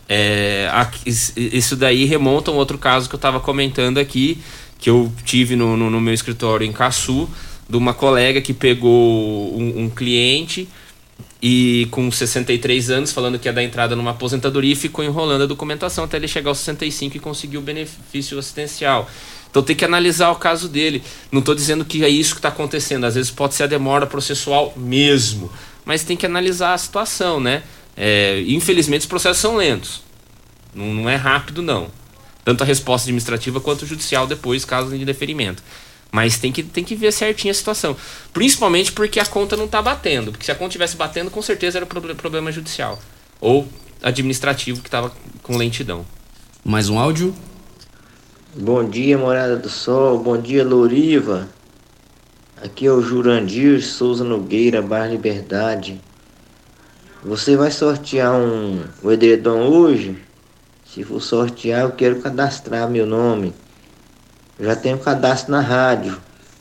Isso daí remonta a um outro caso que eu estava comentando aqui, que eu tive no meu escritório em Caçu, de uma colega que pegou um cliente e com 63 anos, falando que ia dar entrada numa aposentadoria, e ficou enrolando a documentação até ele chegar aos 65 e conseguir o benefício assistencial. Então tem que analisar o caso dele. Não estou dizendo que é isso que está acontecendo, às vezes pode ser a demora processual mesmo, mas tem que analisar a situação, né? Infelizmente os processos são lentos, não é rápido não, tanto a resposta administrativa quanto judicial depois, caso de deferimento. Mas tem que ver certinho a situação. Principalmente porque a conta não está batendo. Porque se a conta estivesse batendo, com certeza era problema judicial. Ou administrativo que estava com lentidão. Mais um áudio? Bom dia, Morada do Sol. Bom dia, Louriva. Aqui é o Jurandir Souza Nogueira, bairro Liberdade. Você vai sortear o edredom hoje? Se for sortear, eu quero cadastrar meu nome. Eu já tenho cadastro na rádio.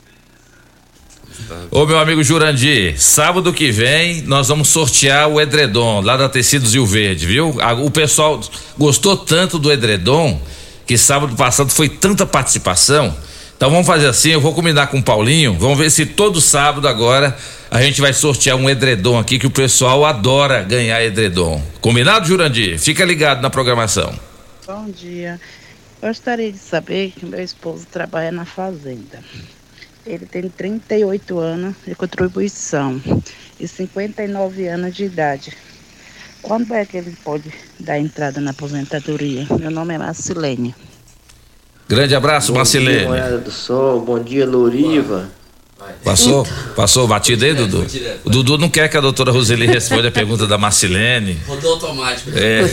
Ô, meu amigo Jurandir, sábado que vem nós vamos sortear o edredom lá da Tecidos Rio Verde, viu? O pessoal gostou tanto do edredom que sábado passado foi tanta participação. Então vamos fazer assim, eu vou combinar com o Paulinho, vamos ver se todo sábado agora a gente vai sortear um edredom aqui, que o pessoal adora ganhar edredom. Combinado, Jurandir? Fica ligado na programação. Bom dia. Gostaria de saber que meu esposo trabalha na fazenda. Ele tem 38 anos de contribuição e 59 anos de idade. Quando é que ele pode dar entrada na aposentadoria? Meu nome é Marcilene. Grande abraço, Marcilene. Bom dia, Morada do Sol. Bom dia, Louriva. Passou batido aí, Dudu? O Dudu não quer que a doutora Roseli responda a pergunta da Marcilene. Rodou automático.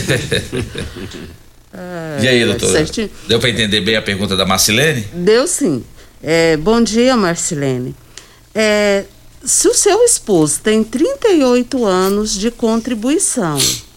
E aí, doutora? Deu para entender bem a pergunta da Marcilene? Deu sim. Bom dia, Marcilene. Se o seu esposo tem 38 anos de contribuição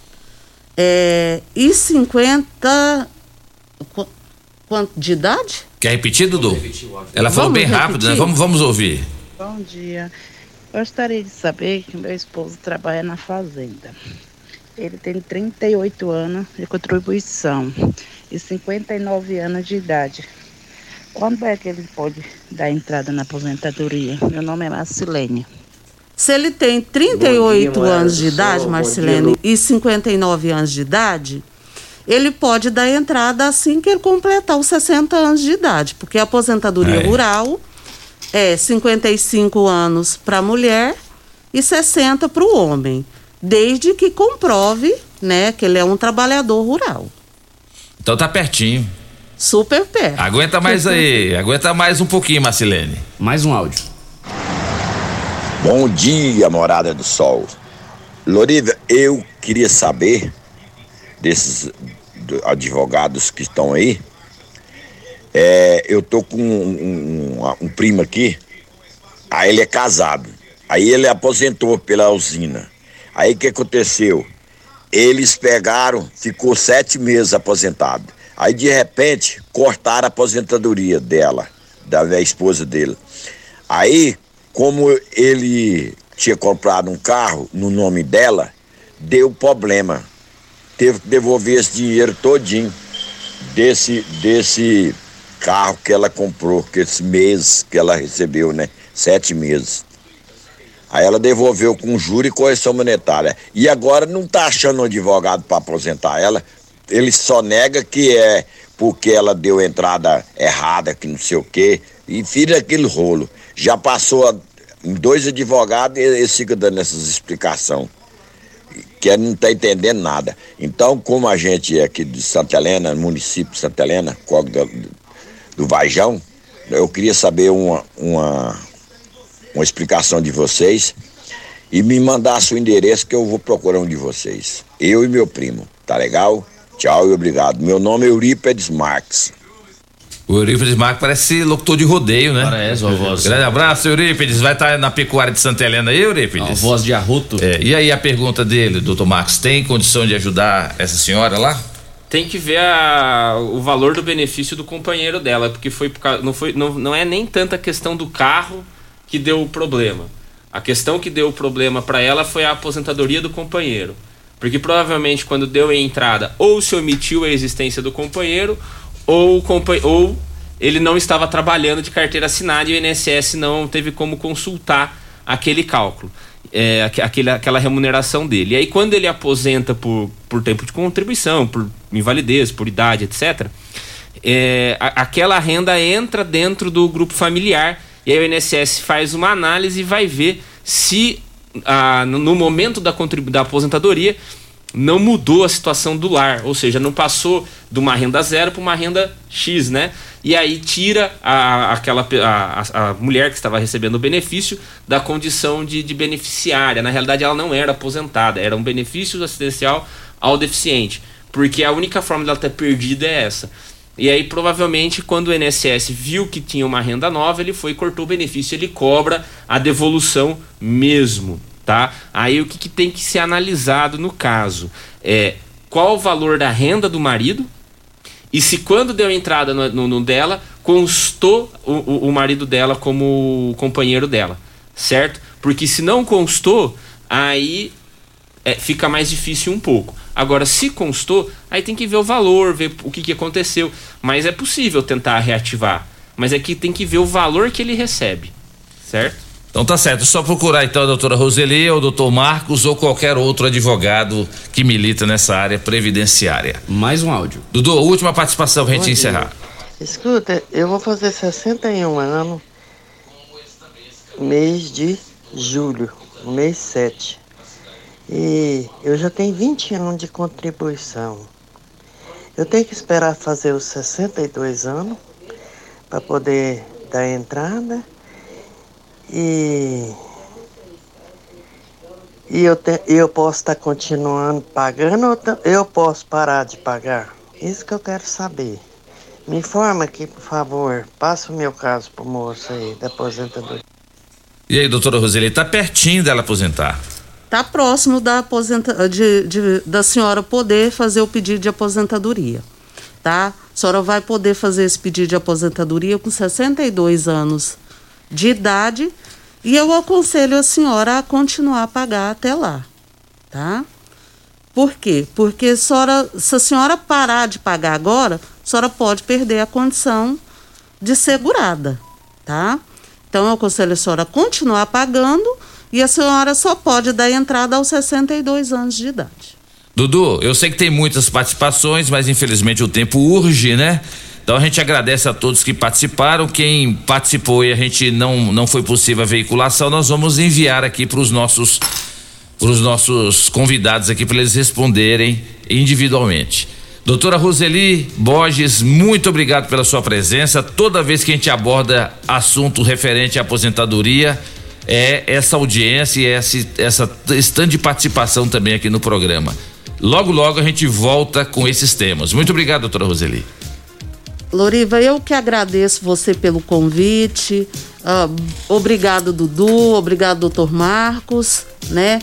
e 50... Quanto de idade? Quer repetir, Dudu? Ela falou bem rápido, né? Vamos ouvir. Bom dia. Gostaria de saber que meu esposo trabalha na fazenda. Ele tem 38 anos de contribuição e 59 anos de idade. Quando é que ele pode dar entrada na aposentadoria? Meu nome é Marcilene. Se ele tem 38 anos de idade, Marcilene, e 59 anos de idade, ele pode dar entrada assim que ele completar os 60 anos de idade, porque a aposentadoria rural é 55 anos para a mulher e 60 para o homem, desde que comprove, né, que ele é um trabalhador rural. Então tá pertinho. Super perto. Aguenta mais aí, aguenta mais um pouquinho, Marcilene. Mais um áudio. Bom dia, Morada do Sol. Loriva, eu queria saber desses advogados que estão aí. Eu tô com um primo aqui, aí ele é casado, aí ele aposentou pela usina. Aí o que aconteceu? Eles pegaram, ficou 7 meses aposentado. Aí de repente cortaram a aposentadoria dela, da esposa dele. Aí, como ele tinha comprado um carro no nome dela, deu problema. Teve que devolver esse dinheiro todinho desse carro que ela comprou, que esse mês que ela recebeu, né? 7 meses. Aí ela devolveu com juro e correção monetária. E agora não tá achando um advogado para aposentar ela. Ele só nega que é porque ela deu entrada errada, que não sei o quê, e vira aquele rolo. Já passou em 2 advogados e eles ficam dando essas explicações, que ele não está entendendo nada. Então, como a gente é aqui de Santa Helena, município de Santa Helena, do Vajão, eu queria saber uma explicação de vocês e me mandasse o endereço que eu vou procurar um de vocês. Eu e meu primo, tá legal? Tchau e obrigado. Meu nome é Eurípides Marques. O Eurípides Marques parece locutor de rodeio, né? Parece, uma voz. Grande abraço, Eurípides. Vai estar na pecuária de Santa Helena aí, Eurípides? Uma voz de arroto. E aí a pergunta dele, doutor Marcos, tem condição de ajudar essa senhora lá? Tem que ver o valor do benefício do companheiro dela, porque não é nem tanta questão do carro que deu o problema. A questão que deu o problema para ela foi a aposentadoria do companheiro. Porque provavelmente quando deu a entrada, ou se omitiu a existência do companheiro, ou ele não estava trabalhando de carteira assinada e o INSS não teve como consultar aquele cálculo, aquela remuneração dele. E aí quando ele aposenta por tempo de contribuição, por invalidez, por idade, etc., aquela renda entra dentro do grupo familiar, e aí o INSS faz uma análise e vai ver se no momento da aposentadoria não mudou a situação do lar, ou seja, não passou de uma renda zero para uma renda X, né? E aí tira a mulher que estava recebendo o benefício da condição de beneficiária. Na realidade, ela não era aposentada, era um benefício assistencial ao deficiente, porque a única forma dela ter perdido é essa. E aí, provavelmente, quando o INSS viu que tinha uma renda nova, ele foi e cortou o benefício, ele cobra a devolução mesmo, tá? Aí o que tem que ser analisado no caso é qual o valor da renda do marido e se quando deu entrada no dela, constou o marido dela como companheiro dela, certo? Porque se não constou, aí fica mais difícil um pouco. Agora, se constou, aí tem que ver o valor, ver o que aconteceu. Mas é possível tentar reativar. Mas é que tem que ver o valor que ele recebe, certo? Então tá certo, é só procurar então a doutora Roseli ou o doutor Marcos ou qualquer outro advogado que milita nessa área previdenciária. Mais um áudio. Dudu, última participação pra gente encerrar. Escuta, eu vou fazer 61 anos mês de julho, mês 7. E eu já tenho 20 anos de contribuição. Eu tenho que esperar fazer os 62 anos para poder dar entrada. E eu posso estar continuando pagando ou eu posso parar de pagar? Isso que eu quero saber. Me informa aqui, por favor. Passa o meu caso pro moço aí da aposentadoria. E aí, doutora Roseli, tá pertinho dela aposentar? Está próximo da senhora poder fazer o pedido de aposentadoria, tá? A senhora vai poder fazer esse pedido de aposentadoria com 62 anos de idade e eu aconselho a senhora a continuar a pagar até lá, tá? Por quê? Porque se a senhora parar de pagar agora, a senhora pode perder a condição de segurada, tá? Então, eu aconselho a senhora a continuar pagando e a senhora só pode dar entrada aos 62 anos de idade. Dudu, eu sei que tem muitas participações, mas infelizmente o tempo urge, né? Então a gente agradece a todos que participaram. Quem participou e a gente não foi possível a veiculação, nós vamos enviar aqui para os nossos convidados aqui para eles responderem individualmente. Doutora Roseli Borges, muito obrigado pela sua presença. Toda vez que a gente aborda assunto referente à aposentadoria, essa audiência e essa stand de participação também aqui no programa. Logo a gente volta com esses temas. Muito obrigado, doutora Roseli. Loriva, eu que agradeço você pelo convite. Obrigado, Dudu. Obrigado, doutor Marcos, né?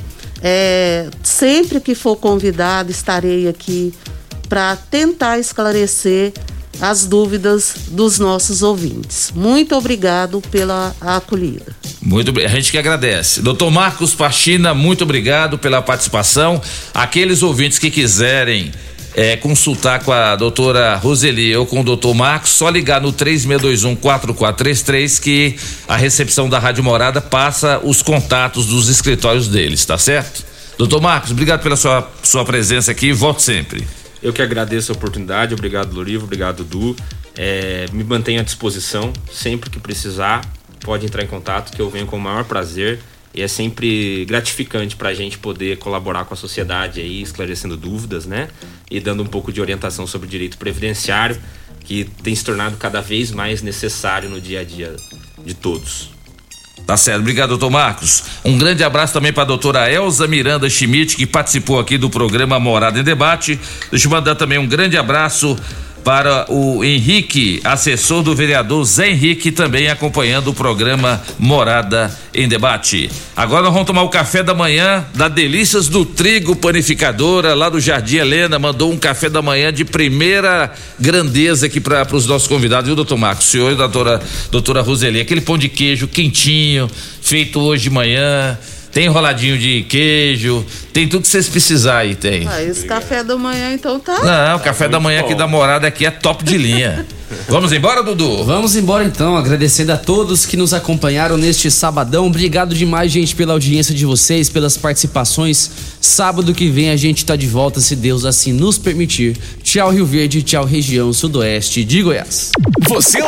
Sempre que for convidado, estarei aqui para tentar esclarecer as dúvidas dos nossos ouvintes. Muito obrigado pela acolhida. Muito bem, a gente que agradece. Doutor Marcos Pachina, muito obrigado pela participação. Aqueles ouvintes que quiserem consultar com a doutora Roseli ou com o doutor Marcos, só ligar no 3621-4433 que a recepção da Rádio Morada passa os contatos dos escritórios deles, tá certo? Doutor Marcos, obrigado pela sua presença aqui, volte sempre. Eu que agradeço a oportunidade, obrigado Loriva, obrigado Dudu, me mantenho à disposição, sempre que precisar, pode entrar em contato que eu venho com o maior prazer. E é sempre gratificante para a gente poder colaborar com a sociedade aí, esclarecendo dúvidas, né? E dando um pouco de orientação sobre o direito previdenciário, que tem se tornado cada vez mais necessário no dia a dia de todos. Tá certo, obrigado, doutor Marcos. Um grande abraço também para a doutora Elza Miranda Schmidt, que participou aqui do programa Morada em Debate. Deixa eu mandar também um grande abraço para o Henrique, assessor do vereador Zé Henrique, também acompanhando o programa Morada em Debate. Agora nós vamos tomar o café da manhã da Delícias do Trigo Panificadora, lá do Jardim Helena, mandou um café da manhã de primeira grandeza aqui para os nossos convidados, viu, doutor Marcos? O senhor e a doutora Roseli, aquele pão de queijo quentinho, feito hoje de manhã. Tem enroladinho de queijo, tem tudo que vocês precisarem aí, tem. Esse café da manhã então tá. Não, o café da manhã aqui da Morada aqui é top de linha. Vamos embora, Dudu? Vamos embora então, agradecendo a todos que nos acompanharam neste sabadão. Obrigado demais, gente, pela audiência de vocês, pelas participações. Sábado que vem a gente tá de volta, se Deus assim nos permitir. Tchau, Rio Verde, tchau, região sudoeste de Goiás. Você